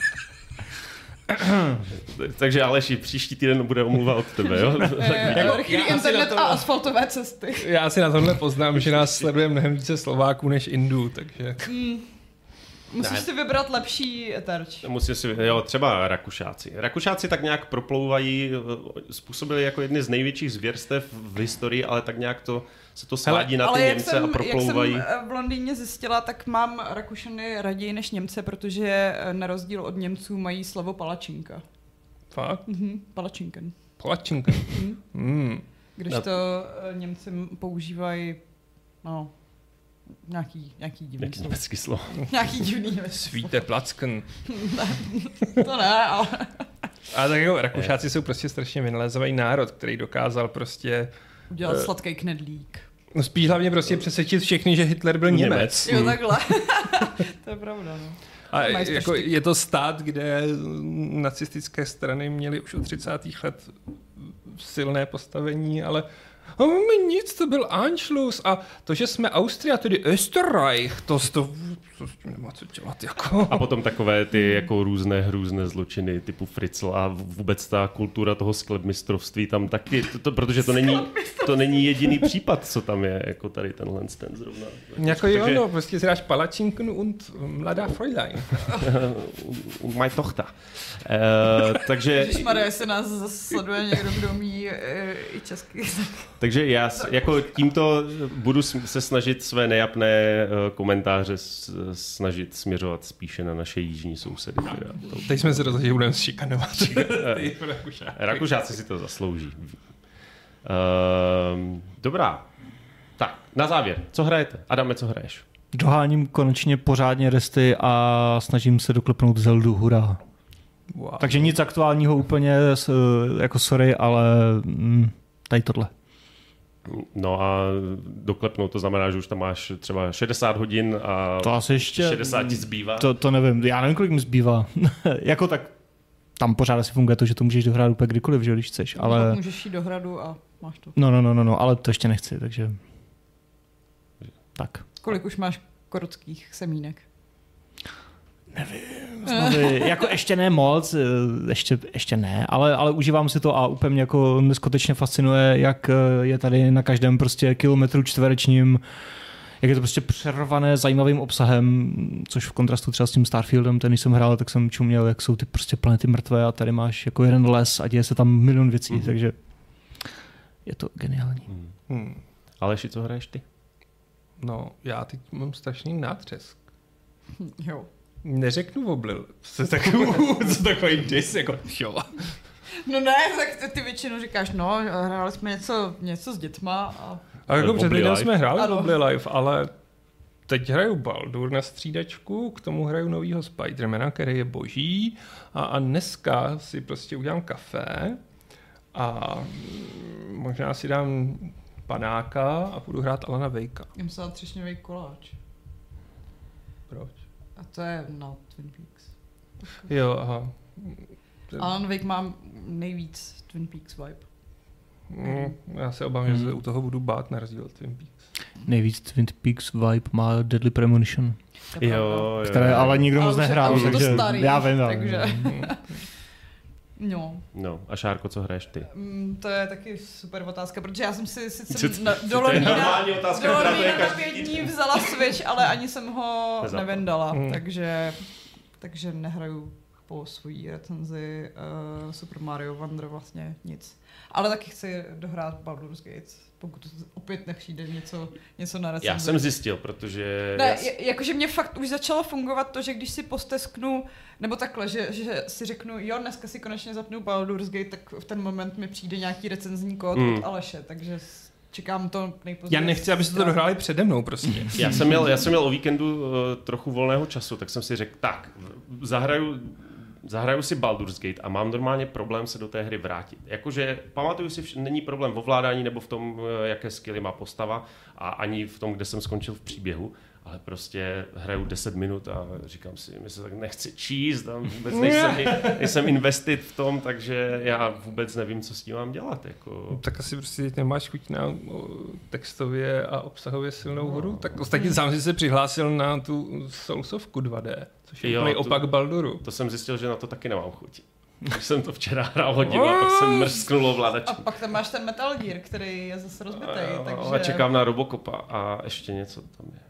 Takže Aleši, příští týden bude omluva od tebe, jo? Jako rychlý internet to... a asfaltové cesty. Já si na tohle poznám, že nás sleduje mnohem více Slováků než Indů, takže... Mm. Musíš ne. si vybrat lepší terč. Musím si, jo, třeba Rakušáci. Rakušáci tak nějak proplouvají, způsobili jako jedny z největších zvěrstev v historii, ale tak nějak to se to svádí na ty Němce jsem, a proplouvají. Jak jsem v Londýně zjistila, tak mám Rakušany raději než Němce, protože na rozdíl od Němců mají slovo palačinka. Fakt? Mhm, palačinken. Palačinken. Mhm. Mm. Když to Němci používají, no... Nějaký, nějaký divný Nějaký německý slovo. Nějaký divný Svíte placken. To ne, ale... Ale tak jako Rakušáci jsou prostě strašně vynalézavý národ, který dokázal prostě... Udělat uh, sladký knedlík. No spíš hlavně prostě přesvědčit všechny, že Hitler byl Němec. Němec. Jo, takhle. To je pravda, no. A jako je to stát, kde nacistické strany měly už od třicátých let silné postavení, ale a my nic, to byl Anschluss a to, že jsme Austria, tedy Österreich, to, to, to s tím nemá co dělat. Jako. A potom takové ty jako různé hrůzné zločiny typu Fritzl a vůbec ta kultura toho sklepmistrovství tam taky, to, to, protože to není, to není jediný případ, co tam je, jako tady tenhle ten zrovna. Jako jo, no, prostě zráš palačinken und mladá Fräulein. Und my Tochter. Uh, takže... Ježišmarja, jestli nás sleduje někdo, kdo umí uh, i česky. Takže já jako tímto budu se snažit své nejapné komentáře snažit směřovat spíše na naše jižní sousedy. Teď jsme se rozhodli, že budeme šikanovat. Rakušáci si to zaslouží. Uh, dobrá. Tak, na závěr. Co hrajete? Adame, co hraješ? Doháním konečně pořádně resty a snažím se doklepnout Zeldu, hurá. Wow. Takže nic aktuálního úplně, jako sorry, ale mm, tady tohle. No a doklepnout to znamená, že už tam máš třeba šedesát hodin a to asi ještě, šedesát ti zbývá. To, to nevím, já nevím, kolik mi zbývá. Jako tak tam pořád asi funguje to, že to můžeš dohrát úplně kdykoliv, že, když chceš. Ale... No, můžeš jít do hradu a máš to. No, no, no, no, no, ale to ještě nechci, takže tak. Kolik už máš korotských semínek? Nevím. Znovu, jako ještě ne moc, ještě, ještě ne, ale, ale užívám si to a úplně mě jako neskutečně fascinuje, jak je tady na každém prostě kilometru čtverečním, jak je to prostě přervané zajímavým obsahem, což v kontrastu třeba s tím Starfieldem, ten když jsem hrál, tak jsem čuměl, jak jsou ty prostě planety mrtvé a tady máš jako jeden les a děje se tam milion věcí, mm. takže je to geniální. Mm. Hmm. Aleši, co hraješ ty? No, já teď mám strašný nátřesk. Jo. Neřeknu oblil. Co takový, co takový dis, jako jo. No ne, tak ty většinou říkáš, no, hráli jsme něco, něco s dětma. A, a jako před lidem jsme hráli Obli Live, ale teď hraju Baldur na střídačku, k tomu hraju novýho Spidermana, který je boží a, a dneska si prostě udělám kafe a možná si dám panáka a budu hrát Alana Wakea. Jím se dal třešňový koláč. Proč? A to je na Twin Peaks. Okay. Jo, aha. Alan Wake má nejvíc Twin Peaks vibe. Mm, já se obávám, hmm. že u toho budu bát na rozdíl od Twin Peaks. Nejvíc Twin Peaks vibe má Deadly Premonition. Jo, jo, které ale nikdo moc nehrál. Ale takže, to starý, já vím. Takže. No. No. A Šárko, co hraješ ty? Mm, to je taky super otázka, protože já jsem si sice na, dolový na, na pět dní vzala Switch, ale ani jsem ho Nezapal. nevendala, mm. takže, takže nehraju po svojí recenzi uh, Super Mario Wonder vlastně nic. Ale taky chci dohrát Baldur's Gate, pokud opět nepřijde něco, něco na recenzi. Já jsem zjistil, protože... Ne, j- jakože mě fakt už začalo fungovat to, že když si postesknu, nebo takhle, že, že si řeknu, jo, dneska si konečně zapnu Baldur's Gate, tak v ten moment mi přijde nějaký recenzní kód mm. od Aleše, takže čekám to nejpozději. Já nechci, abyste to dohráli přede mnou, prostě. já, jsem měl, já jsem měl o víkendu uh, trochu volného času, tak jsem si řekl, tak, zahraju... Zahraju si Baldur's Gate a mám normálně problém se do té hry vrátit. Jakože pamatuju si, vš- není problém v ovládání nebo v tom, jaké skilly má postava a ani v tom, kde jsem skončil v příběhu, ale prostě hraju deset minut a říkám si, my se tak nechci číst a vůbec nejsem, nejsem invested v tom, takže já vůbec nevím, co s tím mám dělat. Jako. Tak asi prostě nemáš chuť na textově a obsahově silnou hru, no. Tak ostatně sám si se přihlásil na tu Soulsovku dva dé, což je jo, opak Balduru. To jsem zjistil, že na to taky nemám chuť. Když jsem to včera hrál hodinu a pak jsem mrsknul ovladačku. A pak tam máš ten Metal Gear, který je zase rozbitý. A, takže... a čekám na Robocopa a ještě něco tam je.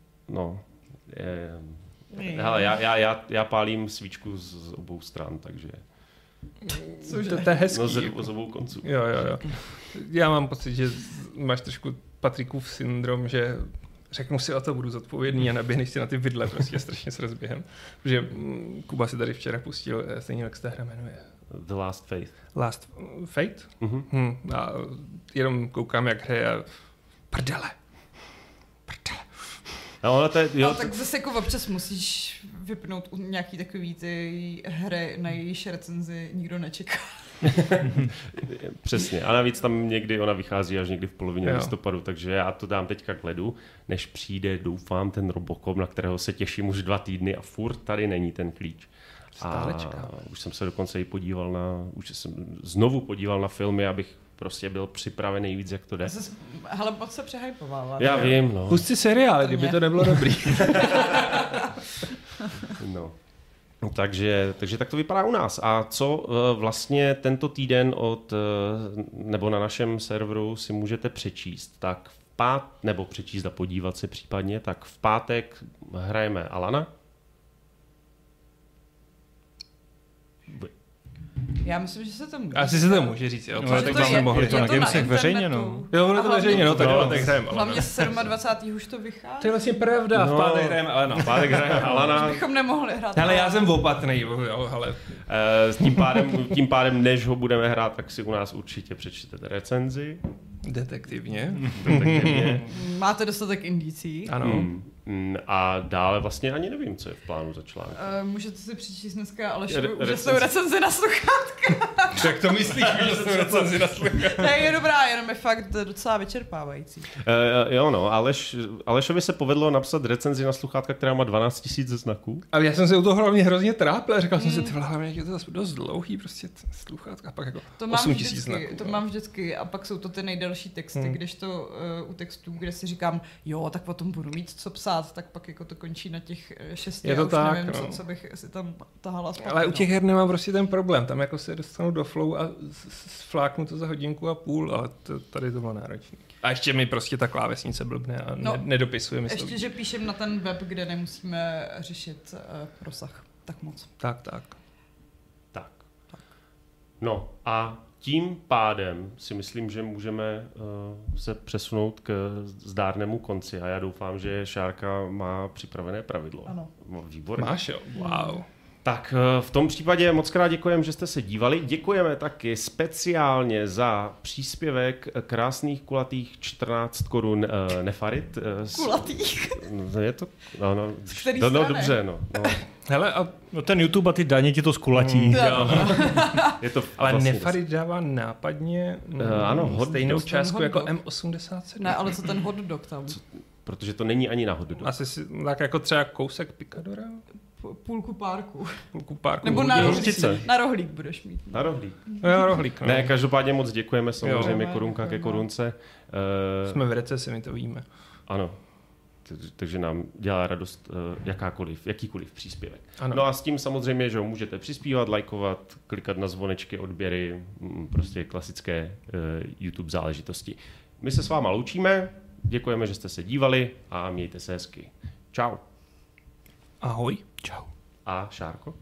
No, je, je. Hele, já, já, já, já pálím svíčku z, z obou stran, takže... Cože? To, to je hezký. No, z, z obou konců. Jo, jo, jo. Já mám pocit, že máš trošku Patrikův syndrom, že řeknu si o to, budu zodpovědný a naběhneš si na ty vidle prostě strašně s rozběhem. Protože Kuba si tady včera pustil, stejně jak se ta hra jmenuje. The Last Faith. Last Fate? Mm-hmm. Hm. A jenom koukám, jak hraje a prdele. Prdele. No, ale to je, jo, no, tak zase jako občas musíš vypnout nějaký takový ty hry, na jejíž recenzi nikdo nečeká. Přesně. A navíc tam někdy ona vychází až někdy v polovině jo. listopadu, takže já to dám teďka k ledu, než přijde, doufám, ten Robocop, na kterého se těším už dva týdny a furt tady není ten klíč. Stále a čekám. Už jsem se dokonce i podíval na, už jsem znovu podíval na filmy, abych prostě byl připravený víc, jak to jde. Zase, hele, moc se přehypovává. Já ne? vím, no. Pusť si seriál, kdyby to nebylo dobrý. no. Takže, takže tak to vypadá u nás. A co uh, vlastně tento týden od, uh, nebo na našem serveru si můžete přečíst, tak v pát, nebo přečíst a podívat se případně, tak v pátek hrajeme Alana. Já myslím, že se to může. Asi se to může říct, jo. No, tak to je, mohli to na Gamesech veřejně, no. Jo, ono to veřejně, no, tak no, tak hrajeme. Hlavně dvacátého sedmého už to vychází. To je vlastně pravda, no, v pátek hrajeme Alana. V pátek hrajeme Alana. Bychom nemohli hrát. Ale já jsem opatrný, jo, ale... S tím pádem, tím pádem, než ho budeme hrát, tak si u nás určitě přečtete recenzi. Detektivně. Detektivně. Máte dostatek indicí. Ano. Hmm. A dále vlastně ani nevím, co je v plánu za článek. Uh, můžete si přečíst dneska Alešovi Re- úžasnou recenzi na sluchátka. Jak to myslíš, úžasnou recenzi na sluchátka? Ne, je dobrá, jenom je fakt docela vyčerpávající. Uh, jo no, Aleš, Alešovi se povedlo napsat recenzi na sluchátka, která má dvanáct tisíc znaků. Ale já jsem se u toho hlavně hrozně trápil a říkal mm. jsem si, ty hlavně, jak je to dost dlouhý, prostě sluchátka a pak jako osm tisíc znaků. To mám vždycky a pak jsou to ty nejdelší texty, mm. když to uh, u textů, kde si říkám, jo, tak potom budu mít co psát, tak pak jako to končí na těch šesti. Je to a už tak, nevím, no. co, co bych si tam tahala zpátky. Ale u těch her nemám prostě ten problém, tam jako se dostanu do flow a sfláknu to za hodinku a půl, ale to, tady to bylo náročné. A ještě mi prostě ta klávesnice blbne a no, ne, nedopisuje mi ještě, to. že píšem na ten web, kde nemusíme řešit uh, rozsah. Tak moc. Tak, tak. Tak. tak. No a tím pádem si myslím, že můžeme uh, se přesunout k zdárnému konci a já doufám, že Šárka má připravené pravidlo. Ano. Výborně. Máš jo, wow. Tak v tom případě moc krát děkujeme, že jste se dívali. Děkujeme taky speciálně za příspěvek krásných kulatých čtrnáct korun uh, Nefarit. Uh, kulatých? No, je to... No, no, z který no, no dobře, no. no. Hele, a no ten YouTube a ty daně ti to skulatí. Mm, je to ale vlastně Nefarit dává nápadně uh, ano, stejnou hot částku jako dog. M osmdesát sedm. Ne, ale co ten hot dog tam? Co? Protože to není ani na hot dog. Asi si, tak jako třeba kousek Picadora? Půlku párku. Půlku párku. Nebo na rohlík, na rohlík budeš mít. Na rohlík. No, rohlík, no. Ne, každopádně moc děkujeme, samozřejmě jo, korunka ke korunce. Uh, Jsme v recesi, my to víme. Ano. Takže nám dělá radost uh, jakákoliv, jakýkoliv příspěvek. Ano. No a s tím samozřejmě, že můžete přispívat, lajkovat, klikat na zvonečky, odběry, prostě klasické uh, YouTube záležitosti. My se s váma loučíme, děkujeme, že jste se dívali a mějte se hezky. Čau. Ahoj. Čau. A Šárko?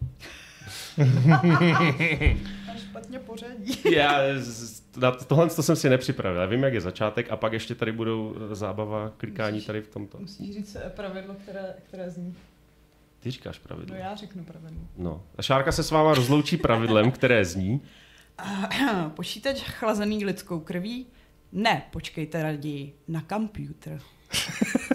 A špatně pořadí. Já na tohle to jsem si nepřipravil. Já vím, jak je začátek a pak ještě tady budou zábava, klikání musíš, tady v tomto. Musíš říct pravidlo, které, které zní. Ty říkáš pravidlo. No já řeknu pravidlo. No. A Šárka se s váma rozloučí pravidlem, které zní. Počítač chlazený lidskou krví? Ne, počkejte raději na komputer.